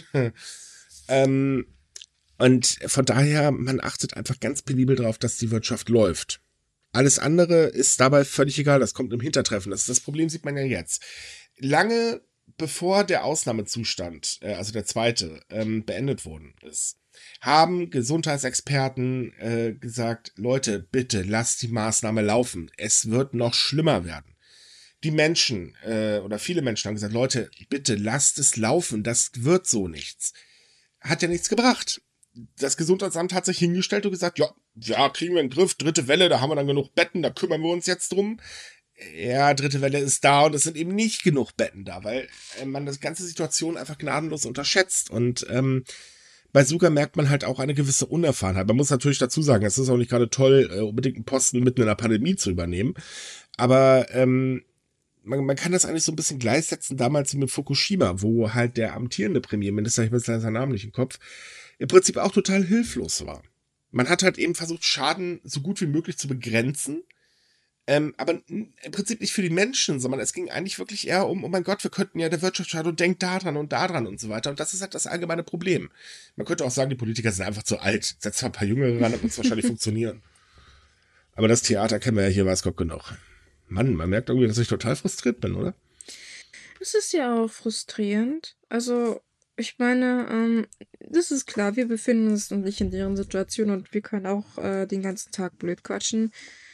ähm, Und von daher, man achtet einfach ganz penibel darauf, dass die Wirtschaft läuft. Alles andere ist dabei völlig egal, das kommt im Hintertreffen. Das, das Problem sieht man ja jetzt. Lange bevor der Ausnahmezustand, äh, also der zweite, ähm, beendet worden ist, haben Gesundheitsexperten äh, gesagt, Leute, bitte lasst die Maßnahme laufen. Es wird noch schlimmer werden. Die Menschen äh, oder viele Menschen haben gesagt, Leute, bitte lasst es laufen, das wird so nichts. Hat ja nichts gebracht. Das Gesundheitsamt hat sich hingestellt und gesagt, ja, ja, kriegen wir in den Griff, dritte Welle, da haben wir dann genug Betten, da kümmern wir uns jetzt drum. Ja, dritte Welle ist da und es sind eben nicht genug Betten da, weil äh, man das ganze Situation einfach gnadenlos unterschätzt. Und ähm, bei Suga merkt man halt auch eine gewisse Unerfahrenheit. Man muss natürlich dazu sagen, es ist auch nicht gerade toll, äh, unbedingt einen Posten mitten in der Pandemie zu übernehmen. Aber ähm, man, man kann das eigentlich so ein bisschen gleichsetzen, damals mit Fukushima, wo halt der amtierende Premierminister, ich weiß leider seinen Namen nicht im Kopf, im Prinzip auch total hilflos war. Man hat halt eben versucht, Schaden so gut wie möglich zu begrenzen, ähm, aber im Prinzip nicht für die Menschen, sondern es ging eigentlich wirklich eher um, oh mein Gott, wir könnten ja der Wirtschaft schaden und denkt da dran und da dran und so weiter. Und das ist halt das allgemeine Problem. Man könnte auch sagen, die Politiker sind einfach zu alt. Setzt mal ein paar Jüngere ran, dann wird es wahrscheinlich funktionieren. Aber das Theater kennen wir ja hier, weiß Gott genug. Mann, man merkt irgendwie, dass ich total frustriert bin, oder? Es ist ja auch frustrierend. Also, ich meine, ähm, das ist klar, wir befinden uns noch nicht in deren Situation und wir können auch äh, den ganzen Tag blöd quatschen.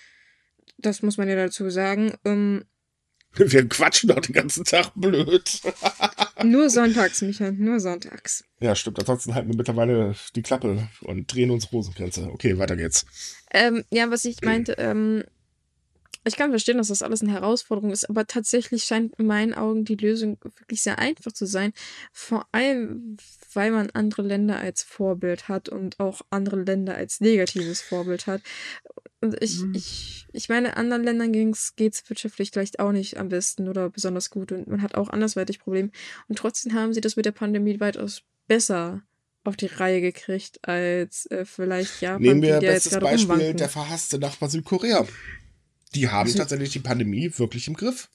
Das muss man ja dazu sagen. Ähm, Wir quatschen doch den ganzen Tag blöd. nur sonntags, Micha, nur sonntags. Ja, stimmt. Ansonsten halten wir mittlerweile die Klappe und drehen uns Rosenkränze. Okay, weiter geht's. Ähm, ja, was ich meinte, ähm, ich kann verstehen, dass das alles eine Herausforderung ist, aber tatsächlich scheint in meinen Augen die Lösung wirklich sehr einfach zu sein. Vor allem, weil man andere Länder als Vorbild hat und auch andere Länder als negatives Vorbild hat. Und ich, Mhm. ich, ich meine, anderen Ländern geht's, geht's wirtschaftlich vielleicht auch nicht am besten oder besonders gut und man hat auch andersweitig Probleme. Und trotzdem haben sie das mit der Pandemie weitaus besser auf die Reihe gekriegt als äh, vielleicht Japan, Nehmen die wir da jetzt bestes gerade Beispiel, rumwanken. der verhasste Nachbar Südkorea. Die haben Also, tatsächlich die Pandemie wirklich im Griff.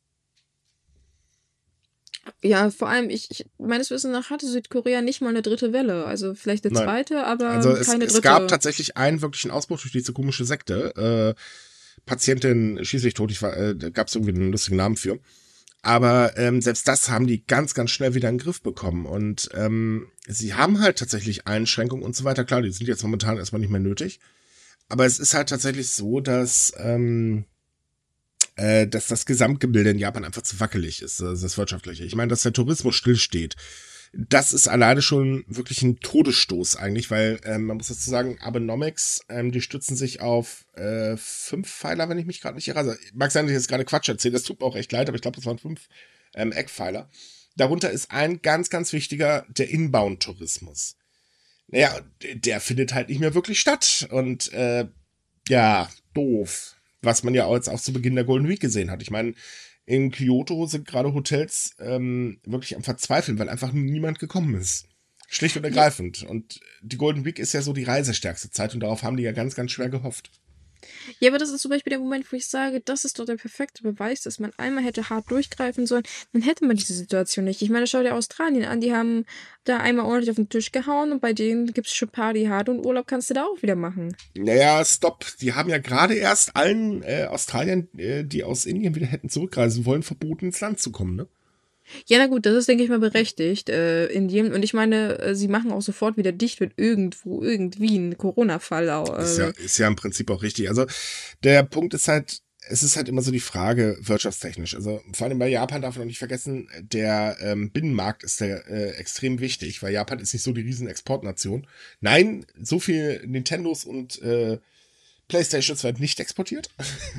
ja, vor allem, ich, ich meines Wissens nach hatte Südkorea nicht mal eine dritte Welle. Also vielleicht eine Nein. zweite, aber Also es, keine es dritte. gab tatsächlich einen wirklichen Ausbruch durch diese komische Sekte. Äh, Patientin schieß mich tot, ich war, äh, da gab es irgendwie einen lustigen Namen für. Aber ähm, selbst das haben die ganz, ganz schnell wieder in den Griff bekommen. Und ähm, sie haben halt tatsächlich Einschränkungen und so weiter. Klar, die sind jetzt momentan erstmal nicht mehr nötig. Aber es ist halt tatsächlich so, dass, ähm, äh, dass das Gesamtgebilde in Japan einfach zu wackelig ist, also das Wirtschaftliche. Ich meine, dass der Tourismus stillsteht. Das ist alleine schon wirklich ein Todesstoß eigentlich, weil ähm, man muss dazu sagen, Abenomics, ähm, die stützen sich auf äh, fünf Pfeiler, wenn ich mich gerade nicht irre. Also, mag sein, dass ich jetzt gerade Quatsch erzähle, das tut mir auch echt leid, aber ich glaube, das waren fünf ähm, Eckpfeiler. Darunter ist ein ganz, ganz wichtiger, der Inbound-Tourismus. Naja, der findet halt nicht mehr wirklich statt. Und äh, ja, doof. Was man ja auch jetzt auch zu Beginn der Golden Week gesehen hat. Ich meine, in Kyoto sind gerade Hotels ähm, wirklich am Verzweifeln, weil einfach niemand gekommen ist. Schlicht und ergreifend. Und die Golden Week ist ja so die reisestärkste Zeit und darauf haben die ja ganz, ganz schwer gehofft. Ja, aber das ist zum Beispiel der Moment, wo ich sage, das ist doch der perfekte Beweis, dass man einmal hätte hart durchgreifen sollen, dann hätte man diese Situation nicht. Ich meine, schau dir Australien an, die haben da einmal ordentlich auf den Tisch gehauen und bei denen gibt es schon Party hart und Urlaub kannst du da auch wieder machen. Naja, stopp. Die haben ja gerade erst allen äh, Australiern, äh, die aus Indien wieder hätten zurückreisen wollen, verboten, ins Land zu kommen, ne? Ja, na gut, das ist, denke ich mal, berechtigt. Äh, in jedem, und ich meine, äh, sie machen auch sofort wieder dicht, wenn irgendwo irgendwie ein Corona-Fall. Äh, Ist ja, ist ja im Prinzip auch richtig. Also der Punkt ist halt, es ist halt immer so die Frage wirtschaftstechnisch. Also vor allem bei Japan darf man noch nicht vergessen, der ähm, Binnenmarkt ist der äh, extrem wichtig, weil Japan ist nicht so die riesen Exportnation. Nein, so viel Nintendos und äh, Playstations werden nicht exportiert.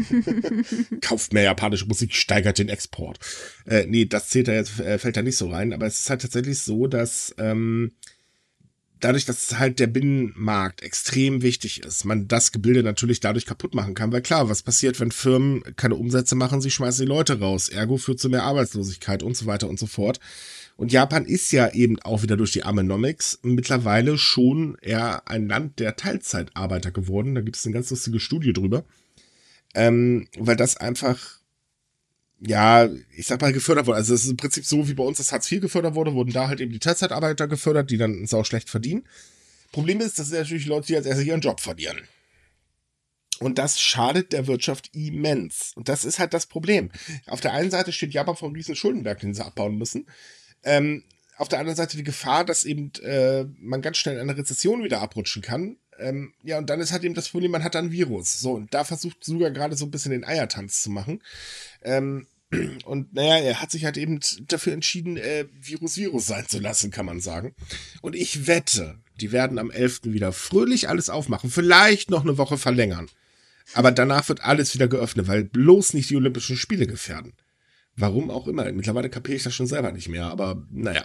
Kauft mehr japanische Musik, steigert den Export. Äh, nee, das zählt da jetzt, äh, fällt da nicht so rein. Aber es ist halt tatsächlich so, dass ähm, dadurch, dass halt der Binnenmarkt extrem wichtig ist, man das Gebilde natürlich dadurch kaputt machen kann. Weil klar, was passiert, wenn Firmen keine Umsätze machen, sie schmeißen die Leute raus. Ergo führt zu mehr Arbeitslosigkeit und so weiter und so fort. Und Japan ist ja eben auch wieder durch die Abenomics mittlerweile schon eher ein Land der Teilzeitarbeiter geworden. Da gibt es eine ganz lustige Studie drüber. Ähm, weil das einfach, ja, ich sag mal, gefördert wurde. Also es ist im Prinzip so, wie bei uns das Hartz vier gefördert wurde, wurden da halt eben die Teilzeitarbeiter gefördert, die dann sau schlecht verdienen. Problem ist, das sind natürlich Leute, die als erstes ihren Job verlieren. Und das schadet der Wirtschaft immens. Und das ist halt das Problem. Auf der einen Seite steht Japan vor einem riesen Schuldenberg, den sie abbauen müssen. Ähm, auf der anderen Seite die Gefahr, dass eben äh, man ganz schnell in eine Rezession wieder abrutschen kann. Ähm, ja, und dann ist halt eben das Problem, man hat dann ein Virus. So, und da versucht Suga gerade so ein bisschen den Eiertanz zu machen. Ähm, und naja, er hat sich halt eben dafür entschieden, äh, Virus Virus sein zu lassen, kann man sagen. Und ich wette, die werden am elften wieder fröhlich alles aufmachen. Vielleicht noch eine Woche verlängern. Aber danach wird alles wieder geöffnet, weil bloß nicht die Olympischen Spiele gefährden. Warum auch immer. Mittlerweile kapiere ich das schon selber nicht mehr, aber naja.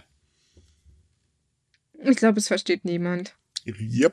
Ich glaube, es versteht niemand. Yep.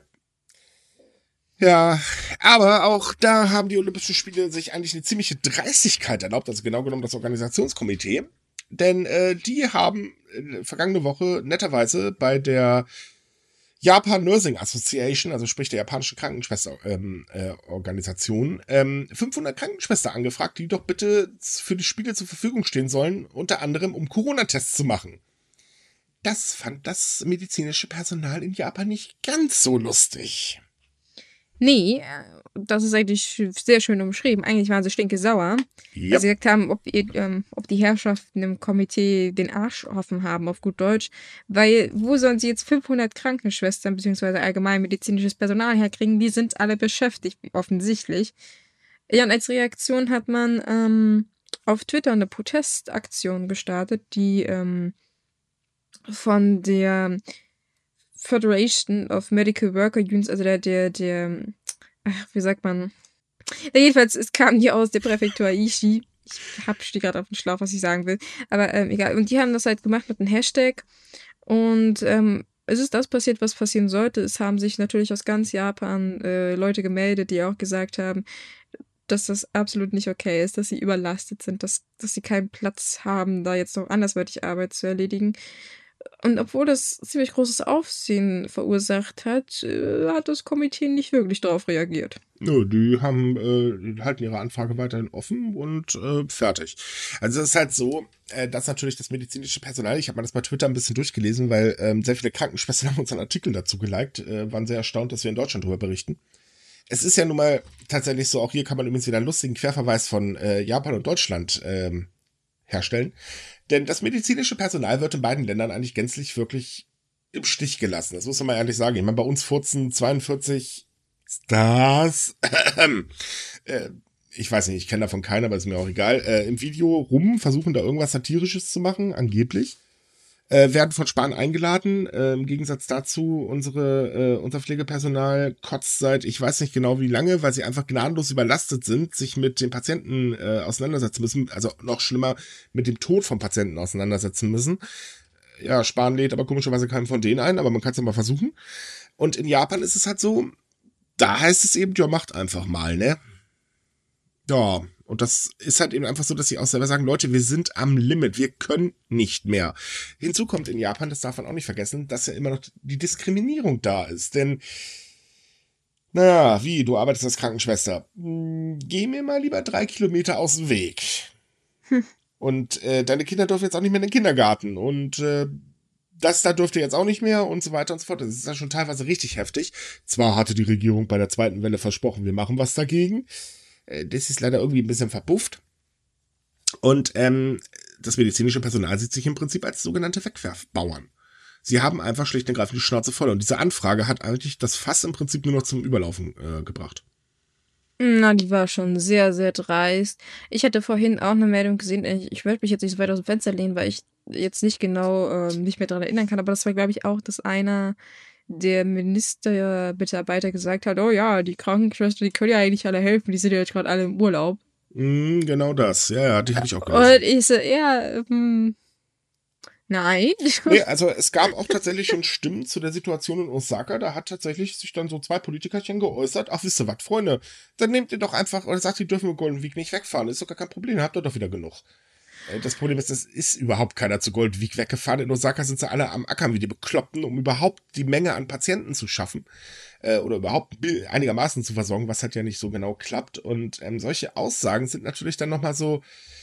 Ja, aber auch da haben die Olympischen Spiele sich eigentlich eine ziemliche Dreistigkeit erlaubt, also genau genommen das Organisationskomitee. Denn äh, die haben äh, vergangene Woche netterweise bei der Japan Nursing Association, also sprich der japanischen Krankenschwesterorganisation, ähm, äh, ähm, fünfhundert Krankenschwester angefragt, die doch bitte für die Spiele zur Verfügung stehen sollen, unter anderem um Corona-Tests zu machen. Das fand das medizinische Personal in Japan nicht ganz so lustig. Nee, das ist eigentlich sehr schön umschrieben. Eigentlich waren sie stinkesauer, yep. weil sie gesagt haben, ob, ihr, ähm, ob die Herrschaften im Komitee den Arsch offen haben, auf gut Deutsch. Weil wo sollen sie jetzt fünfhundert Krankenschwestern bzw. allgemein medizinisches Personal herkriegen? Die sind alle beschäftigt, offensichtlich. Ja, und als Reaktion hat man ähm, auf Twitter eine Protestaktion gestartet, die ähm, von der Federation of Medical Worker Unions, also der, der, der, ach, wie sagt man? Ja, jedenfalls, es kam hier aus der Präfektur Aichi. Ich hab stehe gerade auf dem Schlauch, was ich sagen will. Aber ähm, egal. Und die haben das halt gemacht mit einem Hashtag. Und ähm, es ist das passiert, was passieren sollte. Es haben sich natürlich aus ganz Japan äh, Leute gemeldet, die auch gesagt haben, dass das absolut nicht okay ist, dass sie überlastet sind, dass, dass sie keinen Platz haben, da jetzt noch andersweitig Arbeit zu erledigen. Und obwohl das ziemlich großes Aufsehen verursacht hat, äh, hat das Komitee nicht wirklich darauf reagiert. Nö, die haben, äh, halten ihre Anfrage weiterhin offen und äh, fertig. Also es ist halt so, äh, dass natürlich das medizinische Personal, ich habe mir das bei Twitter ein bisschen durchgelesen, weil ähm, sehr viele Krankenschwestern haben uns einen Artikel dazu geliked, äh, waren sehr erstaunt, dass wir in Deutschland darüber berichten. Es ist ja nun mal tatsächlich so, auch hier kann man übrigens wieder einen lustigen Querverweis von äh, Japan und Deutschland ähm, herstellen. Denn das medizinische Personal wird in beiden Ländern eigentlich gänzlich wirklich im Stich gelassen. Das muss man mal ehrlich sagen. Ich meine, bei uns furzen zweiundvierzig Stars, äh, ich weiß nicht, ich kenne davon keinen, aber ist mir auch egal, äh, im Video rum, versuchen da irgendwas Satirisches zu machen, angeblich. Äh, werden von Spahn eingeladen. Äh, Im Gegensatz dazu, unsere, äh, unser Pflegepersonal kotzt seit, ich weiß nicht genau wie lange, weil sie einfach gnadenlos überlastet sind, sich mit den Patienten äh, auseinandersetzen müssen. Also noch schlimmer, mit dem Tod von Patienten auseinandersetzen müssen. Ja, Spahn lädt aber komischerweise keinen von denen ein, aber man kann es ja mal versuchen. Und in Japan ist es halt so, da heißt es eben, ja, macht einfach mal, ne? Ja, und das ist halt eben einfach so, dass sie auch selber sagen, Leute, wir sind am Limit, wir können nicht mehr. Hinzu kommt in Japan, das darf man auch nicht vergessen, dass ja immer noch die Diskriminierung da ist. Denn, naja, wie, du arbeitest als Krankenschwester. Hm, geh mir mal lieber drei Kilometer aus dem Weg. Hm. Und äh, deine Kinder dürfen jetzt auch nicht mehr in den Kindergarten. Und äh, das da dürfte jetzt auch nicht mehr und so weiter und so fort. Das ist ja schon teilweise richtig heftig. Zwar hatte die Regierung bei der zweiten Welle versprochen, wir machen was dagegen. Das ist leider irgendwie ein bisschen verbufft. Und ähm, das medizinische Personal sieht sich im Prinzip als sogenannte Wegwerfbauern. Sie haben einfach schlicht und ergreifend die Schnauze voll. Und diese Anfrage hat eigentlich das Fass im Prinzip nur noch zum Überlaufen äh, gebracht. Na, die war schon sehr, sehr dreist. Ich hatte vorhin auch eine Meldung gesehen. Ich, ich wollte mich jetzt nicht so weit aus dem Fenster lehnen, weil ich jetzt nicht genau äh, nicht mehr daran erinnern kann. Aber das war, glaube ich, auch, dass einer der Ministermitarbeiter gesagt hat, oh ja, die Krankenschwestern, die können ja eigentlich alle helfen, die sind ja jetzt gerade alle im Urlaub. Mm, genau das, ja, ja, die habe ich auch gelesen. Und ich so, ja, ähm, Nein. Nee, also es gab auch tatsächlich schon Stimmen zu der Situation in Osaka. Da hat tatsächlich sich dann so zwei Politikerchen geäußert. Ach, wisst ihr was, Freunde, dann nehmt ihr doch einfach, oder sagt, die dürfen mit Golden Week nicht wegfahren. Ist doch gar kein Problem, habt ihr doch wieder genug. Das Problem ist, es ist überhaupt keiner zu Golden Week weggefahren. In Osaka sind sie alle am Ackern wie die Bekloppten, um überhaupt die Menge an Patienten zu schaffen. Äh, oder überhaupt einigermaßen zu versorgen, was halt ja nicht so genau klappt. Und ähm, solche Aussagen sind natürlich dann nochmal so,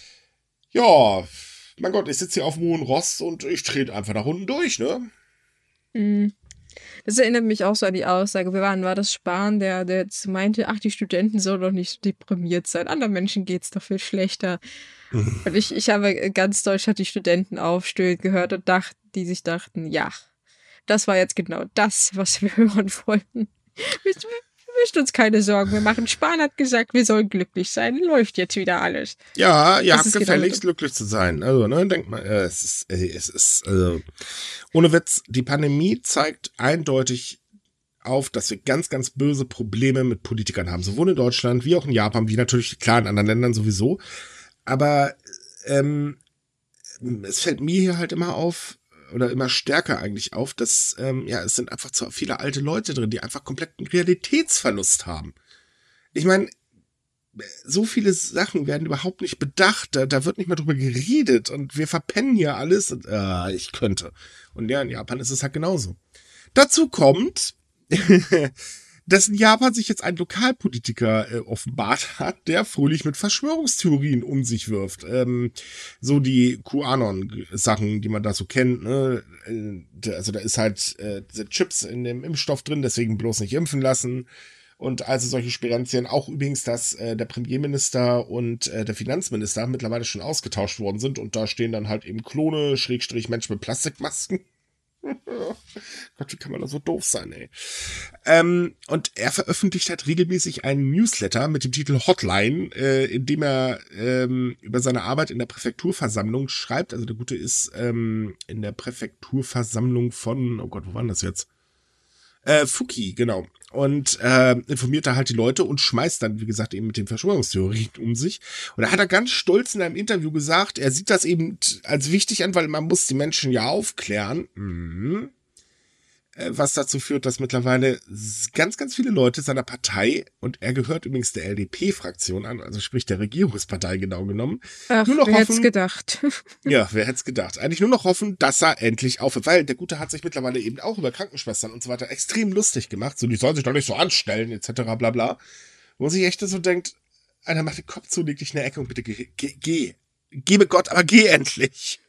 ja, mein Gott, ich sitze hier auf dem hohen Ross und ich trete einfach nach unten durch, ne? Mhm. Das erinnert mich auch so an die Aussage. Wir waren, war das Spahn, der, der jetzt meinte, ach, die Studenten sollen doch nicht so deprimiert sein. Anderen Menschen geht's doch viel schlechter. Und ich, ich habe in ganz Deutschland die Studenten aufstöhnen gehört und dachten, die sich dachten, ja, das war jetzt genau das, was wir hören wollten. Wir, wir müssen uns keine Sorgen mehr machen. Spahn hat gesagt, wir sollen glücklich sein. Läuft jetzt wieder alles. Ja, ihr Das habt ist gefälligst genau glücklich zu sein. Also, ne, denkt mal, äh, es ist, äh, es ist, äh, ohne Witz, die Pandemie zeigt eindeutig auf, dass wir ganz, ganz böse Probleme mit Politikern haben. Sowohl in Deutschland, wie auch in Japan, wie natürlich, klar, in anderen Ländern sowieso. Aber ähm, es fällt mir hier halt immer auf, oder immer stärker eigentlich auf, dass, ähm, ja, es sind einfach zu viele alte Leute drin, die einfach kompletten Realitätsverlust haben. Ich meine, so viele Sachen werden überhaupt nicht bedacht, da, da wird nicht mehr drüber geredet und wir verpennen hier alles und, äh, ich könnte. Und ja, in Japan ist es halt genauso. Dazu kommt, dass in Japan sich jetzt ein Lokalpolitiker äh, offenbart hat, der fröhlich mit Verschwörungstheorien um sich wirft. Ähm, so die QAnon-Sachen, die man da so kennt. Ne? Also da ist halt äh, diese Chips in dem Impfstoff drin, deswegen bloß nicht impfen lassen. Und also solche Sperenzien. Auch übrigens, dass äh, der Premierminister und äh, der Finanzminister mittlerweile schon ausgetauscht worden sind. Und da stehen dann halt eben Klone, Schrägstrich Menschen mit Plastikmasken. Gott, wie kann man da so doof sein, ey. Ähm, und er veröffentlicht halt regelmäßig einen Newsletter mit dem Titel Hotline, äh, in dem er ähm, über seine Arbeit in der Präfekturversammlung schreibt. Also der Gute ist ähm, in der Präfekturversammlung von, oh Gott, wo war denn das jetzt? Äh, Fuki, genau. Und äh, informiert da halt die Leute und schmeißt dann, wie gesagt, eben mit den Verschwörungstheorien um sich. Und da hat er ganz stolz in einem Interview gesagt, er sieht das eben als wichtig an, weil man muss die Menschen ja aufklären. Mhm. Was dazu führt, dass mittlerweile ganz, ganz viele Leute seiner Partei, und er gehört übrigens der L D P-Fraktion an, also sprich der Regierungspartei genau genommen, Ach, nur noch wer hätte es hoffen, gedacht? ja, wer hätte es gedacht? Eigentlich nur noch hoffen, dass er endlich aufhört, weil der Gute hat sich mittlerweile eben auch über Krankenschwestern und so weiter extrem lustig gemacht, so die sollen sich doch nicht so anstellen, et cetera bla bla, wo man sich echt so denkt, einer macht den Kopf zu, leg dich in der Ecke und bitte geh, geh, geh. Gebe Gott, aber geh endlich.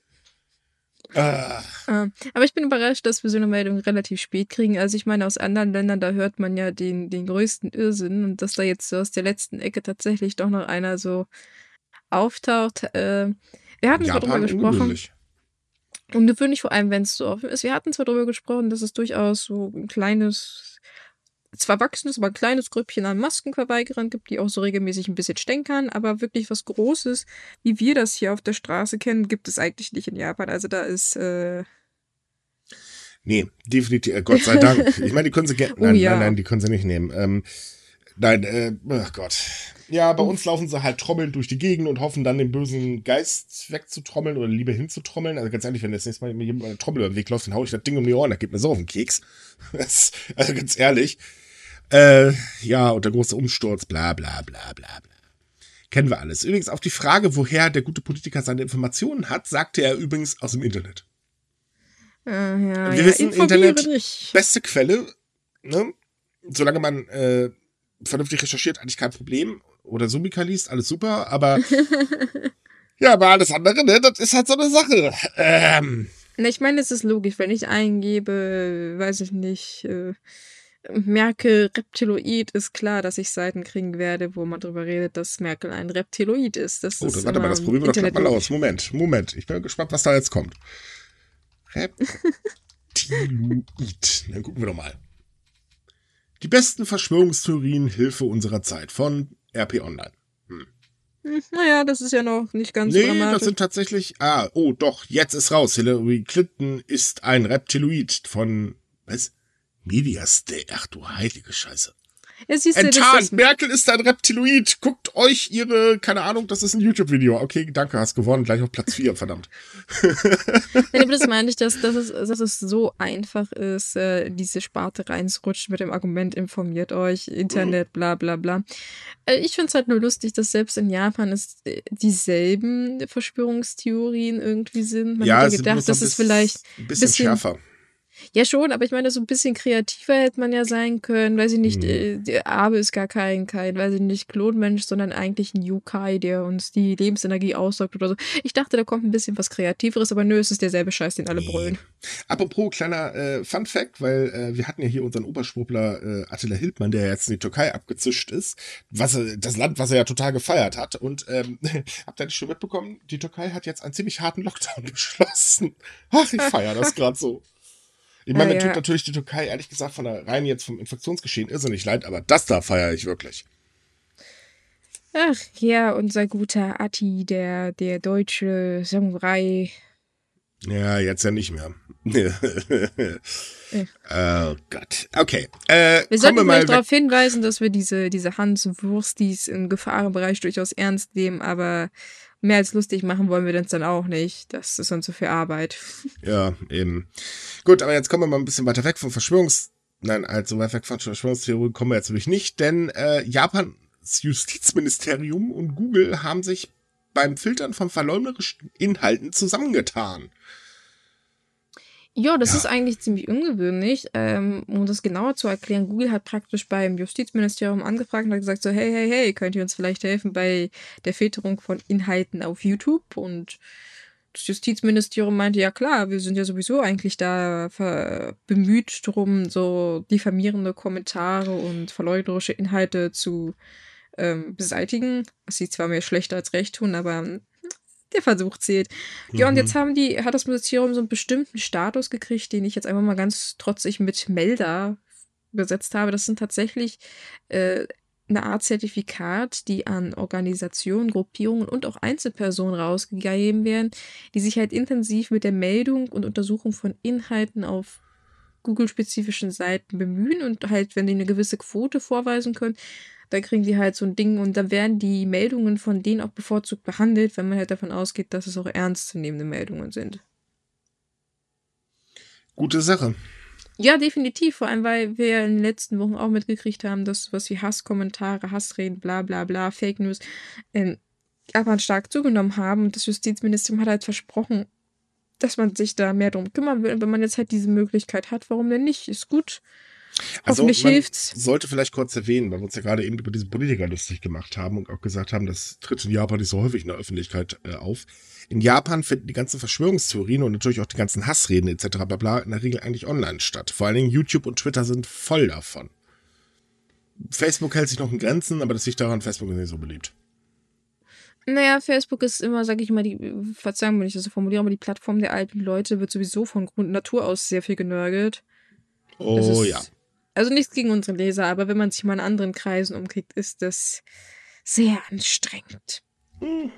Ah. Ähm, aber ich bin überrascht, dass wir so eine Meldung relativ spät kriegen. Also ich meine, aus anderen Ländern, da hört man ja den, den größten Irrsinn und dass da jetzt so aus der letzten Ecke tatsächlich doch noch einer so auftaucht. Äh, wir hatten zwar drüber gesprochen. Ungewöhnlich. Ungewöhnlich, vor allem wenn es so offen ist. Wir hatten zwar darüber gesprochen, dass es durchaus so ein kleines, zwar wachsendes, aber ein kleines Grüppchen an Maskenverweigerern gibt, die auch so regelmäßig ein bisschen stänkern, aber wirklich was Großes, wie wir das hier auf der Straße kennen, gibt es eigentlich nicht in Japan. Also da ist, äh... Nee, definitiv, äh, Gott sei Dank. Ich meine, die können sie gerne, nein, oh, ja. nein, nein, die können sie nicht nehmen. Ähm, nein, äh, oh Gott. Ja, bei uns laufen sie halt trommeln durch die Gegend und hoffen dann den bösen Geist wegzutrommeln oder lieber hinzutrommeln. Also ganz ehrlich, wenn das nächste Mal mir jemand eine Trommel über den Weg läuft, dann hau ich das Ding um die Ohren, da geht mir so auf den Keks. Das, also ganz ehrlich. Äh, ja, und der große Umsturz, bla bla bla bla bla. Kennen wir alles. Übrigens auf die Frage, woher der gute Politiker seine Informationen hat, sagte er übrigens aus dem Internet. Äh, ja, wir ja, wissen, Internet, dich. beste Quelle, ne? Solange man äh, vernünftig recherchiert, eigentlich kein Problem. Oder Sumika liest, alles super, aber ja, aber alles andere, ne, das ist halt so eine Sache. Ähm. Na, ich meine, es ist logisch, wenn ich eingebe, weiß ich nicht, äh, Merkel Reptiloid, ist klar, dass ich Seiten kriegen werde, wo man drüber redet, dass Merkel ein Reptiloid ist. Das oh, ist warte mal, das probieren wir doch gleich mal aus. Moment, Moment, ich bin gespannt, was da jetzt kommt. Reptiloid. Dann gucken wir doch mal. Die besten Verschwörungstheorien, Hilfe unserer Zeit von R P Online. Hm. Hm, naja, das ist ja noch nicht ganz nee, dramatisch. Das sind tatsächlich, ah, oh doch, jetzt ist raus. Hillary Clinton ist ein Reptiloid von, was? Mediastay. Ach du heilige Scheiße. Ja, siehst du, das, Enttarnt, das, Merkel ist ein Reptiloid. Guckt euch ihre, keine Ahnung, das ist ein YouTube-Video. Okay, danke, hast gewonnen. Gleich auf Platz vier, verdammt. Nein, aber das meine ich, dass, dass, es, dass es so einfach ist, äh, in diese Sparte reinzurutschen mit dem Argument, informiert euch, Internet, bla bla bla. Äh, ich finde es halt nur lustig, dass selbst in Japan es äh, dieselben Verschwörungstheorien irgendwie sind. Man Ja, hätte es sind bloß gedacht, noch dass ein es vielleicht bisschen, ein bisschen bisschen. schärfer. Ja, schon, aber ich meine, so ein bisschen kreativer hätte man ja sein können. Weiß ich nicht, Mhm. äh, der Abe ist gar kein, kein, weiß ich nicht, Klonmensch, sondern eigentlich ein Yokai, der uns die Lebensenergie aussaugt oder so. Ich dachte, da kommt ein bisschen was Kreativeres, aber nö, es ist derselbe Scheiß, den alle Nee. brüllen. Apropos kleiner äh, Fun Fact, weil äh, wir hatten ja hier unseren Oberschwurbler äh, Attila Hildmann, der jetzt in die Türkei abgezischt ist, was er, das Land, was er ja total gefeiert hat. Und ähm, habt ihr das schon mitbekommen? Die Türkei hat jetzt einen ziemlich harten Lockdown beschlossen. Ach, ich feiere das gerade so. Ich meine, Ah, mir tut ja. natürlich die Türkei, ehrlich gesagt, von der rein jetzt vom Infektionsgeschehen irrsinnig leid, aber das da feiere ich wirklich. Ach ja, unser guter Atti, der, der deutsche Samurai. Ja, jetzt ja nicht mehr. Äh. Oh Gott. Okay. Äh, Wir kommen sollten wir mal vielleicht weg. darauf hinweisen, dass wir diese, diese Hans-Wurstis im Gefahrenbereich durchaus ernst nehmen, aber mehr als lustig machen wollen wir das dann auch nicht. Das ist uns so viel Arbeit. Ja, eben. Gut, aber jetzt kommen wir mal ein bisschen weiter weg von Verschwörungs... Nein, also weit weg von Verschwörungstheorien kommen wir jetzt natürlich nicht, denn äh, Japans Justizministerium und Google haben sich beim Filtern von verleumderischen Inhalten zusammengetan. Ja, das Ja. ist eigentlich ziemlich ungewöhnlich. Ähm, um das genauer zu erklären, Google hat praktisch beim Justizministerium angefragt und hat gesagt so, hey, hey, hey, könnt ihr uns vielleicht helfen bei der Filterung von Inhalten auf YouTube? Und das Justizministerium meinte, ja klar, wir sind ja sowieso eigentlich da ver- bemüht drum, so diffamierende Kommentare und verleugnerische Inhalte zu ähm, beseitigen. Was sie zwar mehr schlecht als recht tun, aber der Versuch zählt. Ja, und jetzt Mhm. haben die, hat das Ministerium so einen bestimmten Status gekriegt, den ich jetzt einfach mal ganz trotzig mit Melder besetzt habe. Das sind tatsächlich äh, eine Art Zertifikat, die an Organisationen, Gruppierungen und auch Einzelpersonen rausgegeben werden, die sich halt intensiv mit der Meldung und Untersuchung von Inhalten auf Google-spezifischen Seiten bemühen und halt, wenn die eine gewisse Quote vorweisen können, dann kriegen die halt so ein Ding und dann werden die Meldungen von denen auch bevorzugt behandelt, wenn man halt davon ausgeht, dass es auch ernstzunehmende Meldungen sind. Gute Sache. Ja, definitiv, vor allem, weil wir ja in den letzten Wochen auch mitgekriegt haben, dass sowas wie Hasskommentare, Hassreden, bla bla bla, Fake News in Japan stark zugenommen haben und das Justizministerium hat halt versprochen, dass man sich da mehr drum kümmern will und wenn man jetzt halt diese Möglichkeit hat, warum denn nicht? Ist gut. Also Hoffentlich man hilft's. sollte vielleicht kurz erwähnen, weil wir uns ja gerade eben über diese Politiker lustig gemacht haben und auch gesagt haben, das tritt in Japan nicht so häufig in der Öffentlichkeit äh, auf. In Japan finden die ganzen Verschwörungstheorien und natürlich auch die ganzen Hassreden et cetera bla bla in der Regel eigentlich online statt. Vor allen Dingen YouTube und Twitter sind voll davon. Facebook hält sich noch in Grenzen, aber das liegt daran, Facebook ist nicht so beliebt. Naja, Facebook ist immer, sag ich mal, die, Verzeihung, wenn ich das so formuliere, aber die Plattform der alten Leute wird sowieso von Grund Natur aus sehr viel genörgelt. Das Oh ist, ja. Also nichts gegen unsere Leser, aber wenn man sich mal in anderen Kreisen umkriegt, ist das sehr anstrengend. Mhm.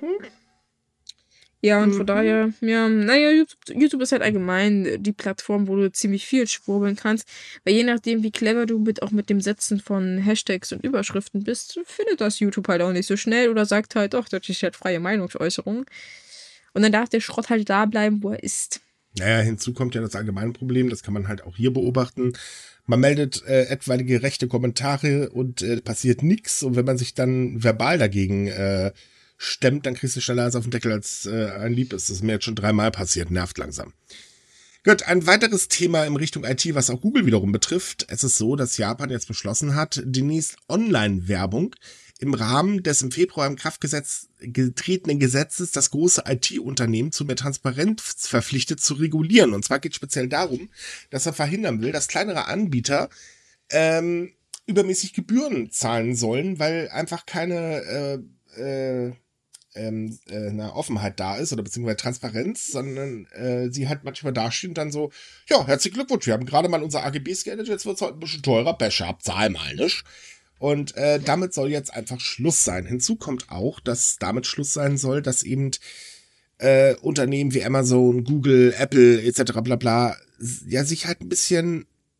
Ja, und von Mhm. daher, ja, naja, YouTube, YouTube ist halt allgemein die Plattform, wo du ziemlich viel schwurbeln kannst, weil je nachdem, wie clever du mit auch mit dem Setzen von Hashtags und Überschriften bist, findet das YouTube halt auch nicht so schnell oder sagt halt, doch, das ist halt freie Meinungsäußerung. Und dann darf der Schrott halt da bleiben, wo er ist. Naja, hinzu kommt ja das allgemeine Problem, das kann man halt auch hier beobachten. Man meldet äh, etwaige rechte Kommentare und äh, passiert nichts. Und wenn man sich dann verbal dagegen äh, stemmt, dann kriegst du schneller als auf den Deckel, als äh, ein lieb ist. Das ist mir jetzt schon dreimal passiert, nervt langsam. Gut, ein weiteres Thema in Richtung I T, was auch Google wiederum betrifft. Es ist so, dass Japan jetzt beschlossen hat, demnächst Online-Werbung im Rahmen des im Februar im Kraft gesetz, getretenen Gesetzes das große I T-Unternehmen zu mehr Transparenz verpflichtet zu regulieren. Und zwar geht es speziell darum, dass er verhindern will, dass kleinere Anbieter ähm, übermäßig Gebühren zahlen sollen, weil einfach keine äh, äh, ähm, äh, eine Offenheit da ist oder beziehungsweise Transparenz, sondern äh, sie halt manchmal dastehen und dann so, ja, herzlichen Glückwunsch, wir haben gerade mal unser A G Bs geändert, jetzt wird es heute ein bisschen teurer, besser, zahl mal, nicht? Und äh, damit soll jetzt einfach Schluss sein. Hinzu kommt auch, dass damit Schluss sein soll, dass eben äh, Unternehmen wie Amazon, Google, Apple et cetera bla bla ja sich halt ein bisschen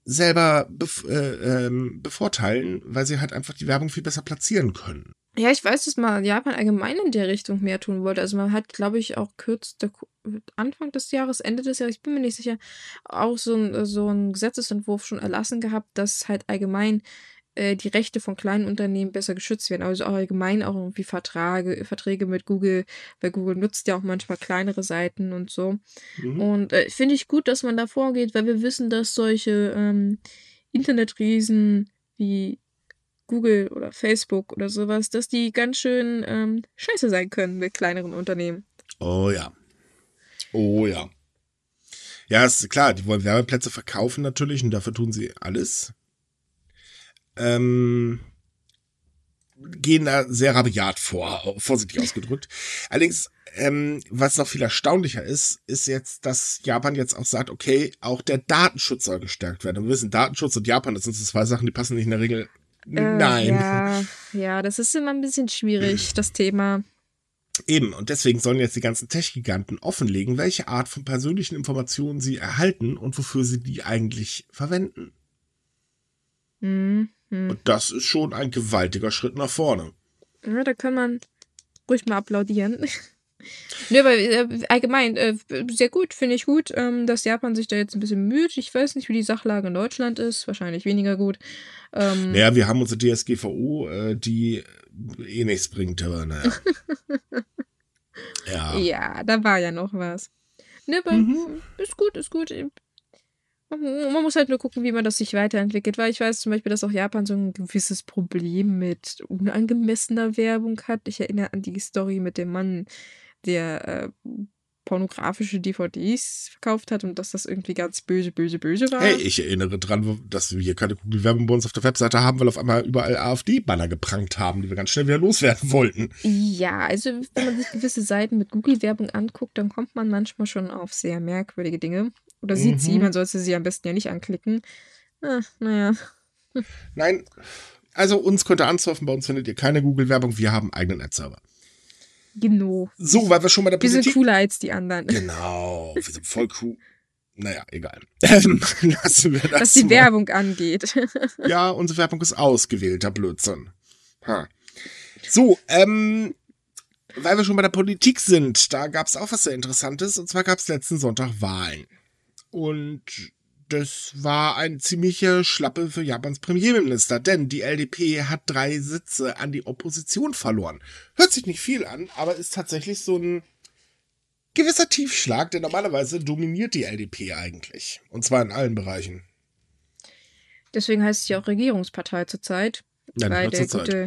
selber bef äh, ähm, bevorteilen, weil sie halt einfach die Werbung viel besser platzieren können. Ja, ich weiß, dass mal Japan allgemein in der Richtung mehr tun wollte. Also man hat, glaube ich, auch kürzte Anfang des Jahres, Ende des Jahres, ich bin mir nicht sicher, auch so ein, so ein Gesetzesentwurf schon erlassen gehabt, dass halt allgemein äh, die Rechte von kleinen Unternehmen besser geschützt werden. Also auch allgemein auch irgendwie Verträge, Verträge mit Google, weil Google nutzt ja auch manchmal kleinere Seiten und so. Mhm. Und äh, finde ich gut, dass man da vorgeht, weil wir wissen, dass solche ähm, Internetriesen wie Google oder Facebook oder sowas, dass die ganz schön ähm, scheiße sein können mit kleineren Unternehmen. Oh ja. Oh ja. Ja, ist klar, die wollen Werbeplätze verkaufen natürlich und dafür tun sie alles. Ähm, gehen da sehr rabiat vor, vorsichtig ausgedrückt. Allerdings, ähm, was noch viel erstaunlicher ist, ist jetzt, dass Japan jetzt auch sagt, okay, auch der Datenschutz soll gestärkt werden. Und wir wissen, Datenschutz und Japan, das sind so zwei Sachen, die passen nicht in der Regel. Nein. Äh, ja, ja, das ist immer ein bisschen schwierig, das Thema. Eben, und deswegen sollen jetzt die ganzen Tech-Giganten offenlegen, welche Art von persönlichen Informationen sie erhalten und wofür sie die eigentlich verwenden. Mhm. Und das ist schon ein gewaltiger Schritt nach vorne. Ja, da kann man ruhig mal applaudieren. Nö, aber äh, allgemein, äh, sehr gut, finde ich gut, ähm, dass Japan sich da jetzt ein bisschen müht. Ich weiß nicht, wie die Sachlage in Deutschland ist. Wahrscheinlich weniger gut. Ähm, Naja, wir haben unsere D S G V O, äh, die eh nichts bringt, aber naja. Ja. Ja, da war ja noch was. Nö, aber Mhm. ist gut, ist gut. Man muss halt nur gucken, wie man das sich weiterentwickelt, weil ich weiß zum Beispiel, dass auch Japan so ein gewisses Problem mit unangemessener Werbung hat. Ich erinnere an die Story mit dem Mann, der äh, pornografische D V Ds verkauft hat und dass das irgendwie ganz böse, böse, böse war. Hey, ich erinnere dran, dass wir hier keine Google-Werbung bei uns auf der Webseite haben, weil auf einmal überall AfD-Banner geprangt haben, die wir ganz schnell wieder loswerden wollten. Ja, also wenn man sich gewisse Seiten mit Google-Werbung anguckt, dann kommt man manchmal schon auf sehr merkwürdige Dinge. Oder sieht Mhm. sie, man sollte sie am besten ja nicht anklicken. Ah, naja. Nein, also uns könnt ihr ansurfen, bei uns findet ihr keine Google-Werbung, wir haben einen eigenen Ad-Server. Genau. So, weil wir schon bei der Wir Politik... sind cooler als die anderen. Genau, wir sind voll cool. Naja, egal. Lassen wir das Was die mal. Werbung angeht. Ja, unsere Werbung ist ausgewählter Blödsinn. Ha. So, ähm, weil wir schon bei der Politik sind, da gab es auch was sehr Interessantes. Und zwar gab es letzten Sonntag Wahlen. Und das war eine ziemliche Schlappe für Japans Premierminister, denn die L D P hat drei Sitze an die Opposition verloren. Hört sich nicht viel an, aber ist tatsächlich so ein gewisser Tiefschlag, denn normalerweise dominiert die L D P eigentlich. Und zwar in allen Bereichen. Deswegen heißt sie auch Regierungspartei zurzeit. Ja, weil nicht der nur zur Zeit. gute.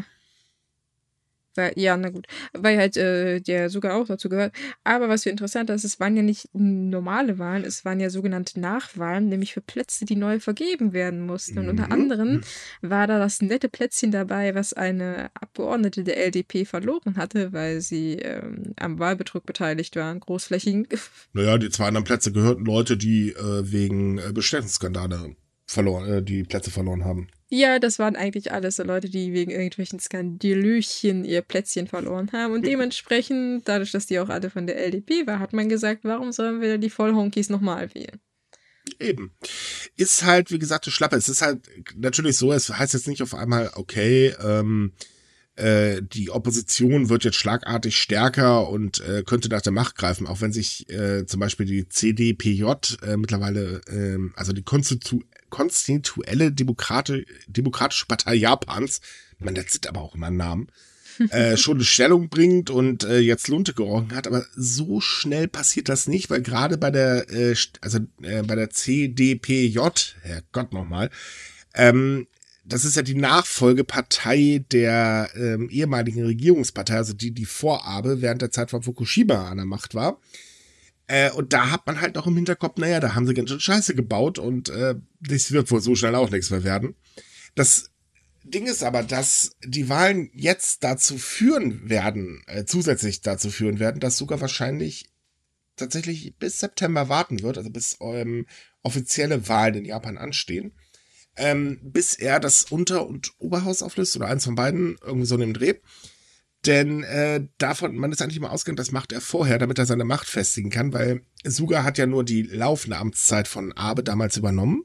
Weil, ja, na gut. Weil halt äh, der sogar auch dazu gehört. Aber was viel interessanter ist, es waren ja nicht normale Wahlen, es waren ja sogenannte Nachwahlen, nämlich für Plätze, die neu vergeben werden mussten. Und Mhm. unter anderem war da das nette Plätzchen dabei, was eine Abgeordnete der L D P verloren hatte, weil sie ähm, am Wahlbetrug beteiligt waren, großflächig. Naja, die zwei anderen Plätze gehörten Leute, die äh, wegen äh, Bestechungsskandale verloren, äh, die Plätze verloren haben. Ja, das waren eigentlich alles so Leute, die wegen irgendwelchen Skandalöchen ihr Plätzchen verloren haben. Und dementsprechend, dadurch, dass die auch alle von der L D P war, hat man gesagt, warum sollen wir die Vollhonkies nochmal wählen? Eben. Ist halt, wie gesagt, eine Schlappe. Es ist halt natürlich so, es heißt jetzt nicht auf einmal, okay, ähm, äh, die Opposition wird jetzt schlagartig stärker und äh, könnte nach der Macht greifen, auch wenn sich äh, zum Beispiel die C D P J äh, mittlerweile, äh, also die Konstitu konstituelle Demokrati Demokratische Partei Japans, man letztet aber auch immer einen Namen, äh, schon eine Stellung bringt und äh, jetzt Lunte gerochen hat, aber so schnell passiert das nicht, weil gerade bei der, äh, also äh, bei der C D P J, Herrgott nochmal, ähm, das ist ja die Nachfolgepartei der ähm, ehemaligen Regierungspartei, also die, die vor Abe während der Zeit von Fukushima an der Macht war. Äh, und da hat man halt noch im Hinterkopf, naja, da haben sie ganz schön Scheiße gebaut und äh, das wird wohl so schnell auch nichts mehr werden. Das Ding ist aber, dass die Wahlen jetzt dazu führen werden, äh, zusätzlich dazu führen werden, dass sogar wahrscheinlich tatsächlich bis September warten wird, also bis ähm, offizielle Wahlen in Japan anstehen, ähm, bis er das Unter- und Oberhaus auflöst oder eins von beiden, irgendwie so in dem Dreh. Denn äh, davon, man ist eigentlich immer ausgegangen, das macht er vorher, damit er seine Macht festigen kann, weil Suga hat ja nur die laufende Amtszeit von Abe damals übernommen.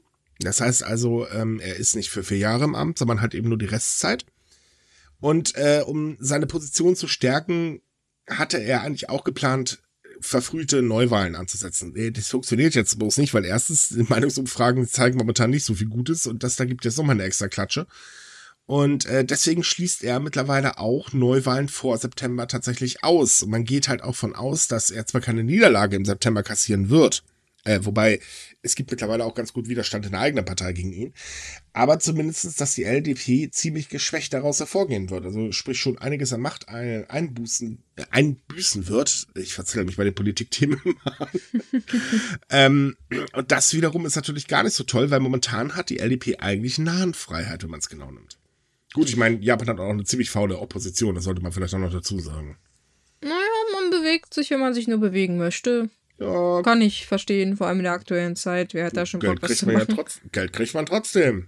Das heißt also, ähm, er ist nicht für vier Jahre im Amt, sondern halt eben nur die Restzeit. Und äh, um seine Position zu stärken, hatte er eigentlich auch geplant, verfrühte Neuwahlen anzusetzen. Das funktioniert jetzt bloß nicht, weil erstens die Meinungsumfragen zeigen momentan nicht so viel Gutes und das da gibt jetzt nochmal eine extra Klatsche. Und äh, deswegen schließt er mittlerweile auch Neuwahlen vor September tatsächlich aus. Und man geht halt auch von aus, dass er zwar keine Niederlage im September kassieren wird, äh, wobei es gibt mittlerweile auch ganz gut Widerstand in der eigenen Partei gegen ihn, aber zumindestens, dass die L D P ziemlich geschwächt daraus hervorgehen wird. Also sprich schon einiges an Macht ein, einbußen, äh, einbüßen wird. Ich verzähle mich bei den Politikthemen immer. ähm, und das wiederum ist natürlich gar nicht so toll, weil momentan hat die L D P eigentlich Nahenfreiheit, wenn man es genau nimmt. Gut, ich meine, Japan hat auch eine ziemlich faule Opposition, das sollte man vielleicht auch noch dazu sagen. Naja, man bewegt sich, wenn man sich nur bewegen möchte. Ja, kann ich verstehen, vor allem in der aktuellen Zeit. Wer hat da schon Bock, was zu machen? Ja trotz, Geld kriegt man trotzdem.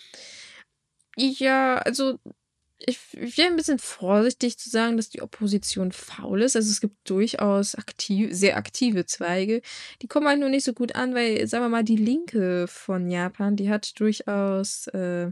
Ja, also ich, ich wäre ein bisschen vorsichtig zu sagen, dass die Opposition faul ist. Also es gibt durchaus aktiv, sehr aktive Zweige. Die kommen halt nur nicht so gut an, weil, sagen wir mal, die Linke von Japan, die hat durchaus äh,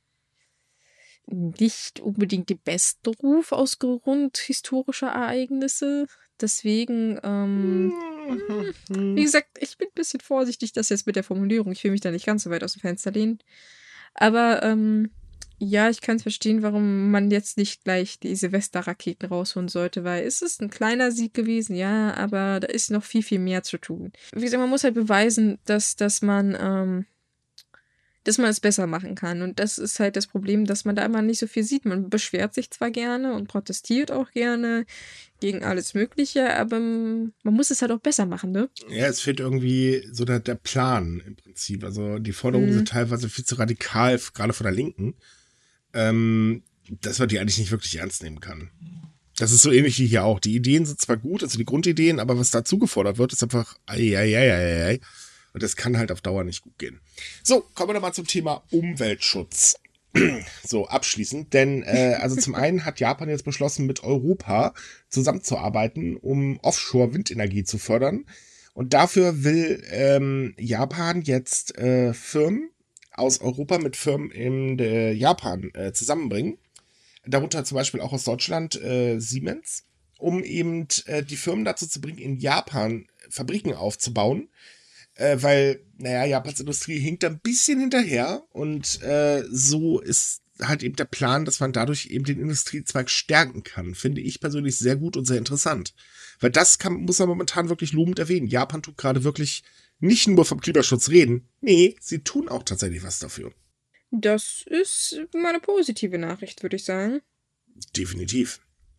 nicht unbedingt den besten Ruf aus Grund historischer Ereignisse. Deswegen, ähm, wie gesagt, ich bin ein bisschen vorsichtig, das jetzt mit der Formulierung. Ich will mich da nicht ganz so weit aus dem Fenster lehnen. Aber, ähm, ja, ich kann es verstehen, warum man jetzt nicht gleich die Silvesterraketen rausholen sollte, weil es ist ein kleiner Sieg gewesen, ja, aber da ist noch viel, viel mehr zu tun. Wie gesagt, man muss halt beweisen, dass, dass man, ähm, dass man es besser machen kann. Und das ist halt das Problem, dass man da immer nicht so viel sieht. Man beschwert sich zwar gerne und protestiert auch gerne gegen alles Mögliche, aber man muss es halt auch besser machen, ne? Ja, es fehlt irgendwie so der, der Plan im Prinzip. Also die Forderungen mhm. sind teilweise viel zu radikal, gerade von der Linken, ähm, dass man die eigentlich nicht wirklich ernst nehmen kann. Das ist so ähnlich wie hier auch. Die Ideen sind zwar gut, also die Grundideen, aber was dazu gefordert wird, ist einfach ei, ei, ei, ei, ei. Und das kann halt auf Dauer nicht gut gehen. So, kommen wir doch mal zum Thema Umweltschutz. So, abschließend. Denn, äh, also zum einen hat Japan jetzt beschlossen, mit Europa zusammenzuarbeiten, um Offshore-Windenergie zu fördern. Und dafür will ähm, Japan jetzt äh, Firmen aus Europa mit Firmen in äh, Japan äh, zusammenbringen. Darunter zum Beispiel auch aus Deutschland äh, Siemens, um eben äh, die Firmen dazu zu bringen, in Japan Fabriken aufzubauen. Äh, weil, naja, Japans Industrie hinkt da ein bisschen hinterher und äh, so ist halt eben der Plan, dass man dadurch eben den Industriezweig stärken kann. Finde ich persönlich sehr gut und sehr interessant. Weil das kann, muss man momentan wirklich lobend erwähnen. Japan tut gerade wirklich nicht nur vom Klimaschutz reden, nee, sie tun auch tatsächlich was dafür. Das ist mal eine positive Nachricht, würde ich sagen. Definitiv.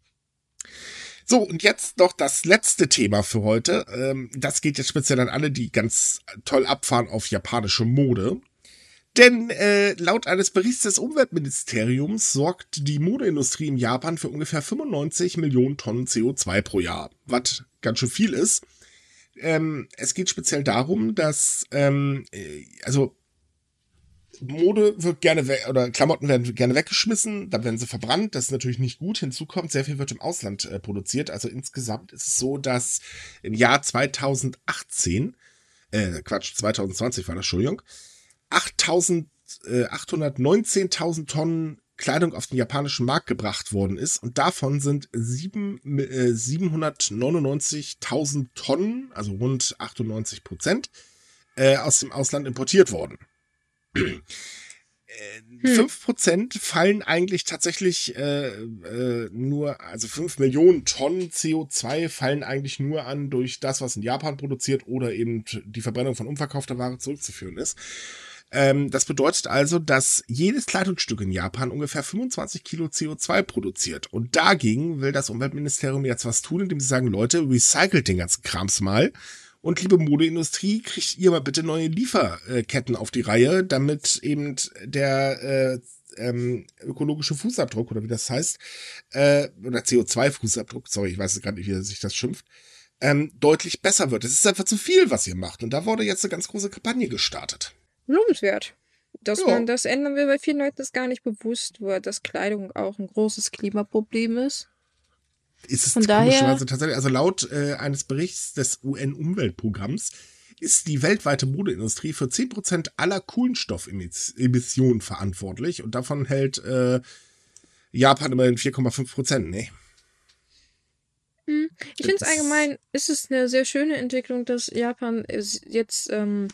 So, und jetzt noch das letzte Thema für heute. Ähm, das geht jetzt speziell an alle, die ganz toll abfahren auf japanische Mode. Denn äh, laut eines Berichts des Umweltministeriums sorgt die Modeindustrie in Japan für ungefähr fünfundneunzig Millionen Tonnen C O zwei pro Jahr, was ganz schön viel ist. Ähm, es geht speziell darum, dass, ähm, also Mode wird gerne we- oder Klamotten werden gerne weggeschmissen, dann werden sie verbrannt, das ist natürlich nicht gut. Hinzu kommt, sehr viel wird im Ausland äh, produziert. Also insgesamt ist es so, dass im Jahr zweitausendachtzehn, äh, Quatsch, zwanzig zwanzig war das, Entschuldigung, achthundertneunzehntausend Tonnen Kleidung auf den japanischen Markt gebracht worden ist und davon sind sieben, äh, siebenhundertneunundneunzigtausend Tonnen, also rund achtundneunzig Prozent, äh, aus dem Ausland importiert worden. fünf Prozent fallen eigentlich tatsächlich äh, äh, nur, also fünf Millionen Tonnen C O zwei fallen eigentlich nur an durch das, was in Japan produziert oder eben die Verbrennung von unverkaufter Ware zurückzuführen ist. Ähm, das bedeutet also, dass jedes Kleidungsstück in Japan ungefähr fünfundzwanzig Kilo C O zwei produziert. Und dagegen will das Umweltministerium jetzt was tun, indem sie sagen, Leute, recycelt den ganzen Krams mal. Und liebe Modeindustrie, kriegt ihr mal bitte neue Lieferketten auf die Reihe, damit eben der äh, ähm, ökologische Fußabdruck, oder wie das heißt, äh, oder C O zwei Fußabdruck, sorry, ich weiß gerade nicht, wie sich das schimpft, ähm, deutlich besser wird. Es ist einfach zu viel, was ihr macht. Und da wurde jetzt eine ganz große Kampagne gestartet. Lobenswert. Dass Ja. man das ändern will, weil vielen Leuten das gar nicht bewusst wird, dass Kleidung auch ein großes Klimaproblem ist. Ist es Von daher- komischerweise tatsächlich, also laut äh, eines Berichts des U N-Umweltprogramms ist die weltweite Modeindustrie für zehn Prozent aller Kohlenstoffemissionen verantwortlich und davon hält äh, Japan immerhin vier Komma fünf Prozent. Nee. Hm, Ich finde es allgemein, ist es eine sehr schöne Entwicklung, dass Japan es jetzt ähm,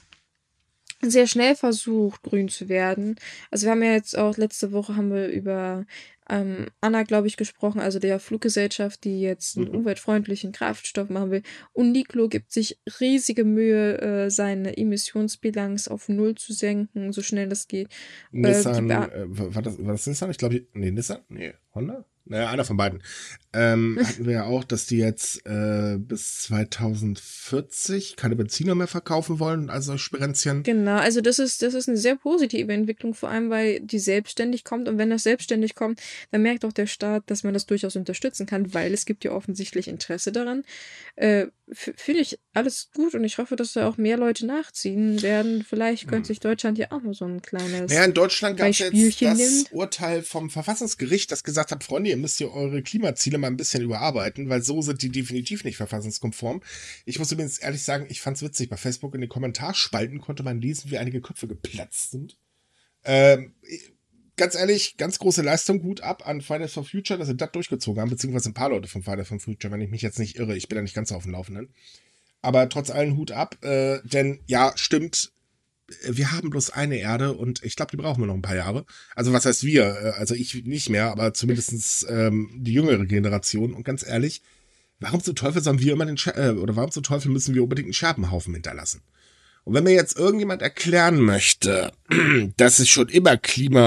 sehr schnell versucht, grün zu werden. Also wir haben ja jetzt auch, letzte Woche haben wir über ähm, Anna, glaube ich, gesprochen, also der Fluggesellschaft, die jetzt einen Mhm. umweltfreundlichen Kraftstoff machen will. Und Niklo gibt sich riesige Mühe, äh, seine Emissionsbilanz auf Null zu senken, so schnell das geht. Äh, die Nissan, Ba- äh, war, das, war das Nissan? Ich glaube, nee, Nissan? Nee, Honda? Naja, einer von beiden. Ähm, hatten wir ja auch, dass die jetzt äh, bis zweitausendvierzig keine Benziner mehr verkaufen wollen, also Spirenzchen. Genau, also das ist, das ist eine sehr positive Entwicklung, vor allem weil die selbstständig kommt. Und wenn das selbstständig kommt, dann merkt auch der Staat, dass man das durchaus unterstützen kann, weil es gibt ja offensichtlich Interesse daran. Äh, f- Finde ich alles gut und ich hoffe, dass da auch mehr Leute nachziehen werden. Vielleicht könnte sich Deutschland ja auch mal so ein kleines Naja, in Deutschland gab es jetzt Beispielchen das nehmen. Urteil vom Verfassungsgericht, das gesagt hat, Freunde, ihr müsst hier eure Klimaziele mal ein bisschen überarbeiten, weil so sind die definitiv nicht verfassungskonform. Ich muss übrigens ehrlich sagen, ich fand's witzig. Bei Facebook in den Kommentarspalten konnte man lesen, wie einige Köpfe geplatzt sind. Ähm, ganz ehrlich, ganz große Leistung, Hut ab an Fridays for Future, dass sie das durchgezogen haben, beziehungsweise ein paar Leute von Fridays for Future, wenn ich mich jetzt nicht irre. Ich bin da nicht ganz auf dem Laufenden. Aber trotz allem Hut ab, äh, denn ja, stimmt, wir haben bloß eine Erde und ich glaube, die brauchen wir noch ein paar Jahre. Also was heißt wir? Äh, Also ich nicht mehr, aber zumindest ähm, die jüngere Generation. Und ganz ehrlich, warum zum Teufel sollen wir immer den Scher äh, oder warum zum Teufel müssen wir unbedingt einen Scherbenhaufen hinterlassen? Und wenn mir jetzt irgendjemand erklären möchte, dass es schon immer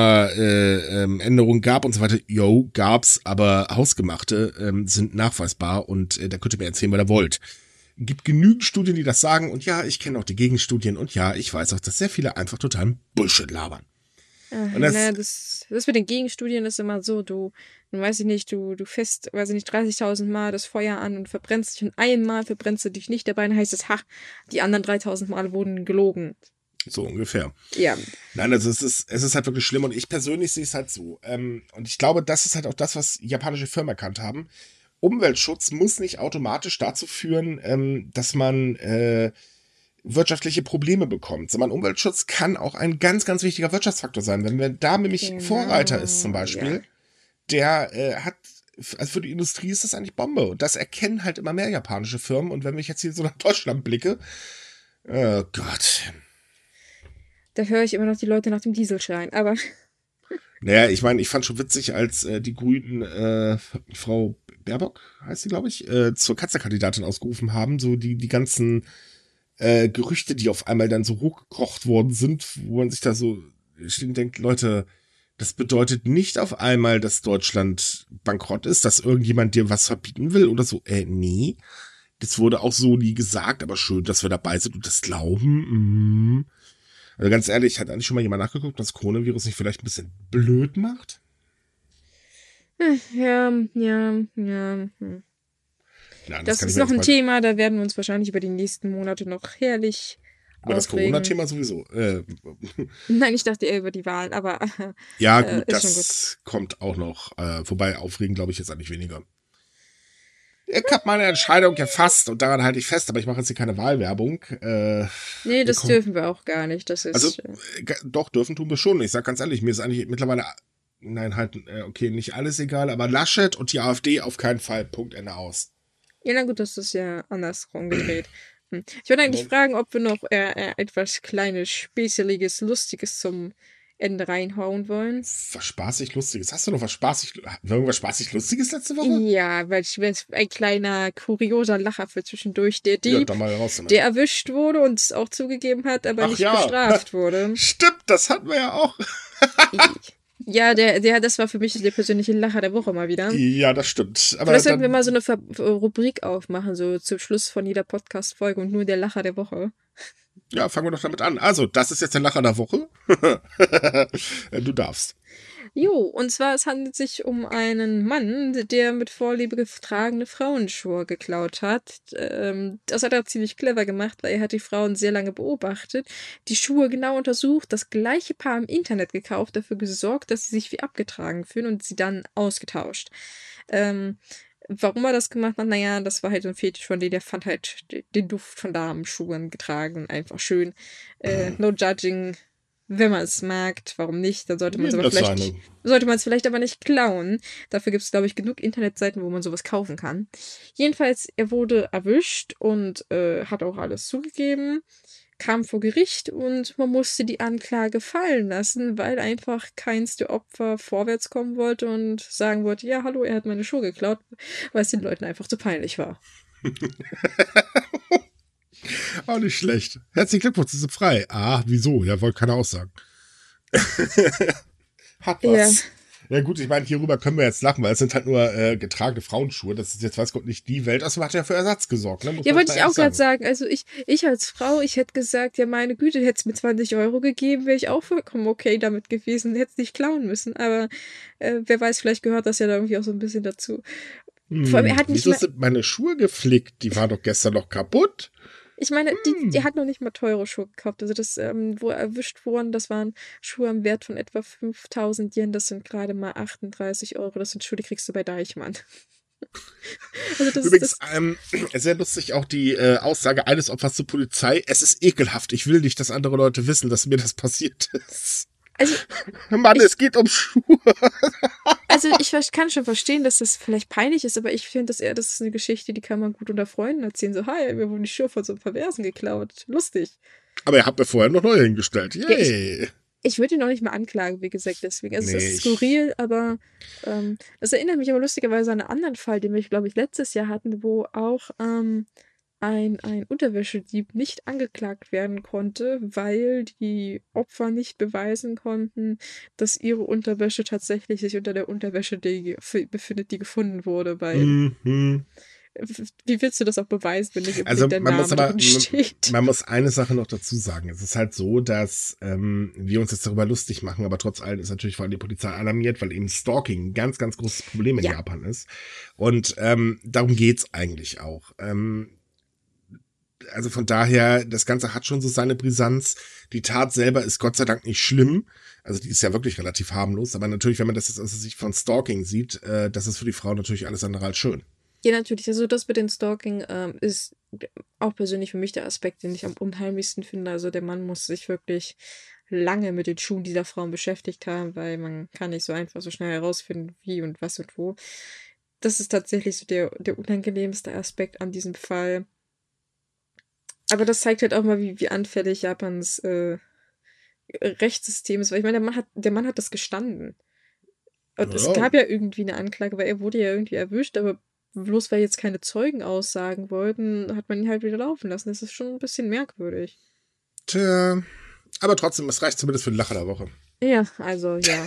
Klimaänderungen äh, gab und so weiter, yo, gab's, aber hausgemachte ähm, sind nachweisbar und äh, da könnt ihr mir erzählen, was ihr wollt. Gibt genügend Studien, die das sagen und ja, ich kenne auch die Gegenstudien und ja, ich weiß auch, dass sehr viele einfach totalen Bullshit labern. Ach, Und das, naja, das, das mit den Gegenstudien ist immer so, du, du weiß ich nicht, du, du fässt, weiß ich nicht, dreißigtausend Mal das Feuer an und verbrennst dich und einmal verbrennst du dich nicht, dabei heißt es, ha, die anderen dreitausend Mal wurden gelogen. so ungefähr. Ja. Nein, also es ist, es ist halt wirklich schlimm und ich persönlich sehe es halt so. Ähm, und ich glaube, das ist halt auch das, was japanische Firmen erkannt haben. Umweltschutz muss nicht automatisch dazu führen, ähm, dass man äh, wirtschaftliche Probleme bekommt, sondern Umweltschutz kann auch ein ganz, ganz wichtiger Wirtschaftsfaktor sein. Wenn wir da nämlich Genau, Vorreiter ist zum Beispiel, ja. der äh, hat, also für die Industrie ist das eigentlich Bombe. Und das erkennen halt immer mehr japanische Firmen. Und wenn ich jetzt hier so nach Deutschland blicke, oh Gott. Da höre ich immer noch die Leute nach dem Diesel schreien, aber Naja, ich meine, ich fand schon witzig, als äh, die Grünen äh, Frau Baerbock, heißt sie, glaube ich, äh, zur Kanzlerkandidatin ausgerufen haben, so die, die ganzen äh, Gerüchte, die auf einmal dann so hochgekocht worden sind, wo man sich da so stehen denkt, Leute, das bedeutet nicht auf einmal, dass Deutschland bankrott ist, dass irgendjemand dir was verbieten will oder so. Äh, nee. Das wurde auch so nie gesagt, aber schön, dass wir dabei sind und das glauben. Mm. Also ganz ehrlich, hat eigentlich schon mal jemand nachgeguckt, dass Coronavirus nicht vielleicht ein bisschen blöd macht? ja, ja, ja. hm. Nein, das, Das kann ich ist mir noch jetzt ein mal. Thema, da werden wir uns wahrscheinlich über die nächsten Monate noch herrlich Über das aufregen. Corona-Thema sowieso. Äh, Nein, ich dachte eher über die Wahlen, aber ja, äh, gut, ist schon gut. das kommt auch noch. Äh, wobei aufregen, glaube ich, jetzt eigentlich weniger. Ich habe meine Entscheidung gefasst und daran halte ich fest, aber ich mache jetzt hier keine Wahlwerbung. Äh, Nee, das komm- dürfen wir auch gar nicht. Das ist. Also, äh, äh, doch, dürfen tun wir schon. Ich sag ganz ehrlich, mir ist eigentlich mittlerweile, nein, halt, äh, okay, nicht alles egal, aber Laschet und die AfD auf keinen Fall. Punkt, Ende aus. Ja, na gut, das ist ja andersrum gedreht. Hm. Ich wollte eigentlich Nein. fragen, ob wir noch äh, äh, etwas Kleines, Späßeliges, Lustiges zum Ende reinhauen wollen. Was spaßig Lustiges. Hast du noch was spaßig, irgendwas spaßig Lustiges letzte Woche? Ja, weil ich weiß, ein kleiner, kurioser Lacher für zwischendurch. Der Ja, Dieb, dann mal raus damit. der erwischt wurde und es auch zugegeben hat, aber Ach nicht ja. bestraft wurde. Stimmt, das hatten wir ja auch. Ja, der, der, das war für mich der persönliche Lacher der Woche mal wieder. Ja, das stimmt. Aber Vielleicht sollten wir dann, mal so eine Ver Rubrik aufmachen, so zum Schluss von jeder Podcast-Folge und nur der Lacher der Woche. ja, fangen wir doch damit an. Also, das ist jetzt der Lacher der Woche. Du darfst. Jo, und zwar es handelt sich um einen Mann, der mit Vorliebe getragene Frauenschuhe geklaut hat. Ähm, das hat er ziemlich clever gemacht, weil er hat die Frauen sehr lange beobachtet, die Schuhe genau untersucht, das gleiche Paar im Internet gekauft, dafür gesorgt, dass sie sich wie abgetragen fühlen und sie dann ausgetauscht. Ähm, Warum er das gemacht hat, naja, das war halt so ein Fetisch von dem, der fand halt den Duft von Damenschuhen getragen. Einfach schön. Äh, no judging, wenn man es mag, warum nicht? Dann sollte man es Jedem aber das vielleicht, seine. sollte man es vielleicht aber nicht klauen. Dafür gibt es, glaube ich, genug Internetseiten, wo man sowas kaufen kann. Jedenfalls, er wurde erwischt und äh, hat auch alles zugegeben, kam vor Gericht und man musste die Anklage fallen lassen, weil einfach keins der Opfer vorwärts kommen wollte und sagen wollte, ja, hallo, er hat meine Schuhe geklaut, weil es den Leuten einfach zu peinlich war. Auch nicht schlecht. Herzlichen Glückwunsch, Sie sind frei. Ah, wieso? Ja, wollte keiner aussagen. Hat was. Ja. Ja gut, ich meine, hierüber können wir jetzt lachen, weil es sind halt nur äh, getragene Frauenschuhe. Das ist jetzt, weiß Gott, nicht die Welt. Außerdem hat er ja für Ersatz gesorgt. Ne? Muss Ja, man wollte mal ich auch ehrlich gerade sagen. Also ich, ich als Frau, ich hätte gesagt, ja meine Güte, hätte es mir zwanzig Euro gegeben, wäre ich auch vollkommen okay damit gewesen, hätte es nicht klauen müssen. Aber äh, wer weiß, vielleicht gehört das ja da irgendwie auch so ein bisschen dazu. Vor allem, er Hm, hat nicht wieso mal, sind meine Schuhe geflickt? Die waren doch gestern noch kaputt. ich meine, die, die Hm. hat noch nicht mal teure Schuhe gekauft. Also das, ähm, wo er erwischt wurden, das waren Schuhe am Wert von etwa fünftausend Yen. Das sind gerade mal achtunddreißig Euro. Das sind Schuhe, die kriegst du bei Deichmann. Also das, Übrigens, das, ähm, sehr lustig auch die äh, Aussage eines Opfers zur Polizei. Es ist ekelhaft. Ich will nicht, dass andere Leute wissen, dass mir das passiert ist. also Mann, ich, es geht um Schuhe. also ich ver- kann schon verstehen, dass das vielleicht peinlich ist, aber ich finde, dass eher, das ist eine Geschichte, die kann man gut unter Freunden erzählen. So, hi, wir wurden die Schuhe von so einem Perversen geklaut. Lustig. Aber ihr habt mir vorher noch neue hingestellt. Ja, ich, Yay. ich würde ihn noch nicht mal anklagen, wie gesagt, deswegen. Also es Nee, ist ich. skurril, aber ähm, das erinnert mich aber lustigerweise an einen anderen Fall, den wir, glaube ich, letztes Jahr hatten, wo auch ähm, ein, ein Unterwäschedieb nicht angeklagt werden konnte, weil die Opfer nicht beweisen konnten, dass ihre Unterwäsche tatsächlich sich unter der Unterwäsche die, f- befindet, die gefunden wurde, weil Mhm. wie willst du das auch beweisen, wenn nicht Also unbedingt der man muss Name aber, drin steht? man muss eine Sache noch dazu sagen. Es ist halt so, dass ähm, wir uns jetzt darüber lustig machen, aber trotz allem ist natürlich vor allem die Polizei alarmiert, weil eben Stalking ein ganz, ganz großes Problem in Ja, Japan ist. Und ähm, darum geht's eigentlich auch. Ähm, also von daher, das Ganze hat schon so seine Brisanz. Die Tat selber ist Gott sei Dank nicht schlimm. Also die ist ja wirklich relativ harmlos. Aber natürlich, wenn man das jetzt aus der Sicht von Stalking sieht, äh, das ist für die Frau natürlich alles andere als schön. ja, natürlich. Also das mit dem Stalking ähm, ist auch persönlich für mich der Aspekt, den ich am unheimlichsten finde. Also der Mann muss sich wirklich lange mit den Schuhen dieser Frauen beschäftigt haben, weil man kann nicht so einfach so schnell herausfinden, wie und was und wo. Das ist tatsächlich so der, der unangenehmste Aspekt an diesem Fall. Aber das zeigt halt auch mal, wie, wie anfällig Japans äh, Rechtssystem ist. Weil ich meine, der Mann hat, der Mann hat das gestanden. Und es Ja. gab ja irgendwie eine Anklage, weil er wurde ja irgendwie erwischt, aber bloß weil jetzt keine Zeugen aussagen wollten, hat man ihn halt wieder laufen lassen. Das ist schon ein bisschen merkwürdig. Tja. Aber trotzdem, es reicht zumindest für den Lacher der Woche. Ja, also ja.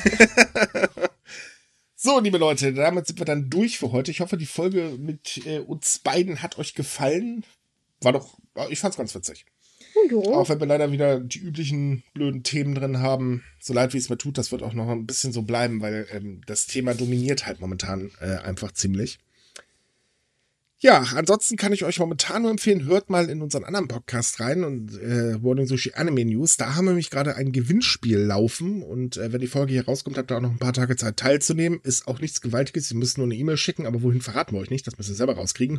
So, liebe Leute, damit sind wir dann durch für heute. Ich hoffe, die Folge mit äh, uns beiden hat euch gefallen. War doch, ja, ich fand's ganz witzig. Oh, jo. Auch wenn wir leider wieder die üblichen blöden Themen drin haben. So leid wie es mir tut, das wird auch noch ein bisschen so bleiben, weil ähm, das Thema dominiert halt momentan äh, einfach ziemlich. Ja, ansonsten kann ich euch momentan nur empfehlen, hört mal in unseren anderen Podcast rein und äh, Morning Sushi Anime News. Da haben wir nämlich gerade ein Gewinnspiel laufen und äh, wenn die Folge hier rauskommt, habt ihr auch noch ein paar Tage Zeit teilzunehmen. Ist auch nichts Gewaltiges, ihr müsst nur eine E-Mail schicken, aber wohin verraten wir euch nicht, das müsst ihr selber rauskriegen.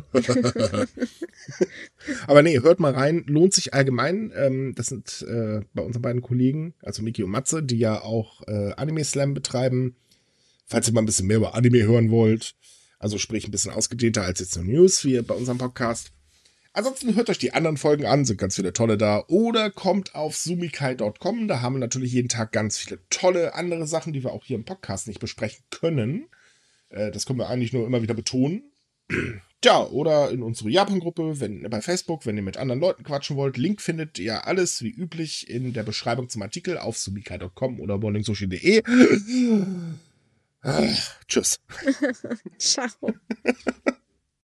Aber nee, hört mal rein, lohnt sich allgemein. Ähm, das sind äh, bei unseren beiden Kollegen, also Miki und Matze, die ja auch äh, Anime Slam betreiben. Falls ihr mal ein bisschen mehr über Anime hören wollt. Also sprich ein bisschen ausgedehnter als jetzt nur News wie bei unserem Podcast. Ansonsten hört euch die anderen Folgen an, sind ganz viele tolle da. Oder kommt auf sumikai Punkt com, da haben wir natürlich jeden Tag ganz viele tolle andere Sachen, die wir auch hier im Podcast nicht besprechen können. Äh, das können wir eigentlich nur immer wieder betonen. Tja, oder in unsere Japan-Gruppe, wenn bei Facebook, wenn ihr mit anderen Leuten quatschen wollt. Link findet ihr alles wie üblich in der Beschreibung zum Artikel auf sumikai Punkt com oder morningsushi Punkt de. Ah, tschüss. Ciao.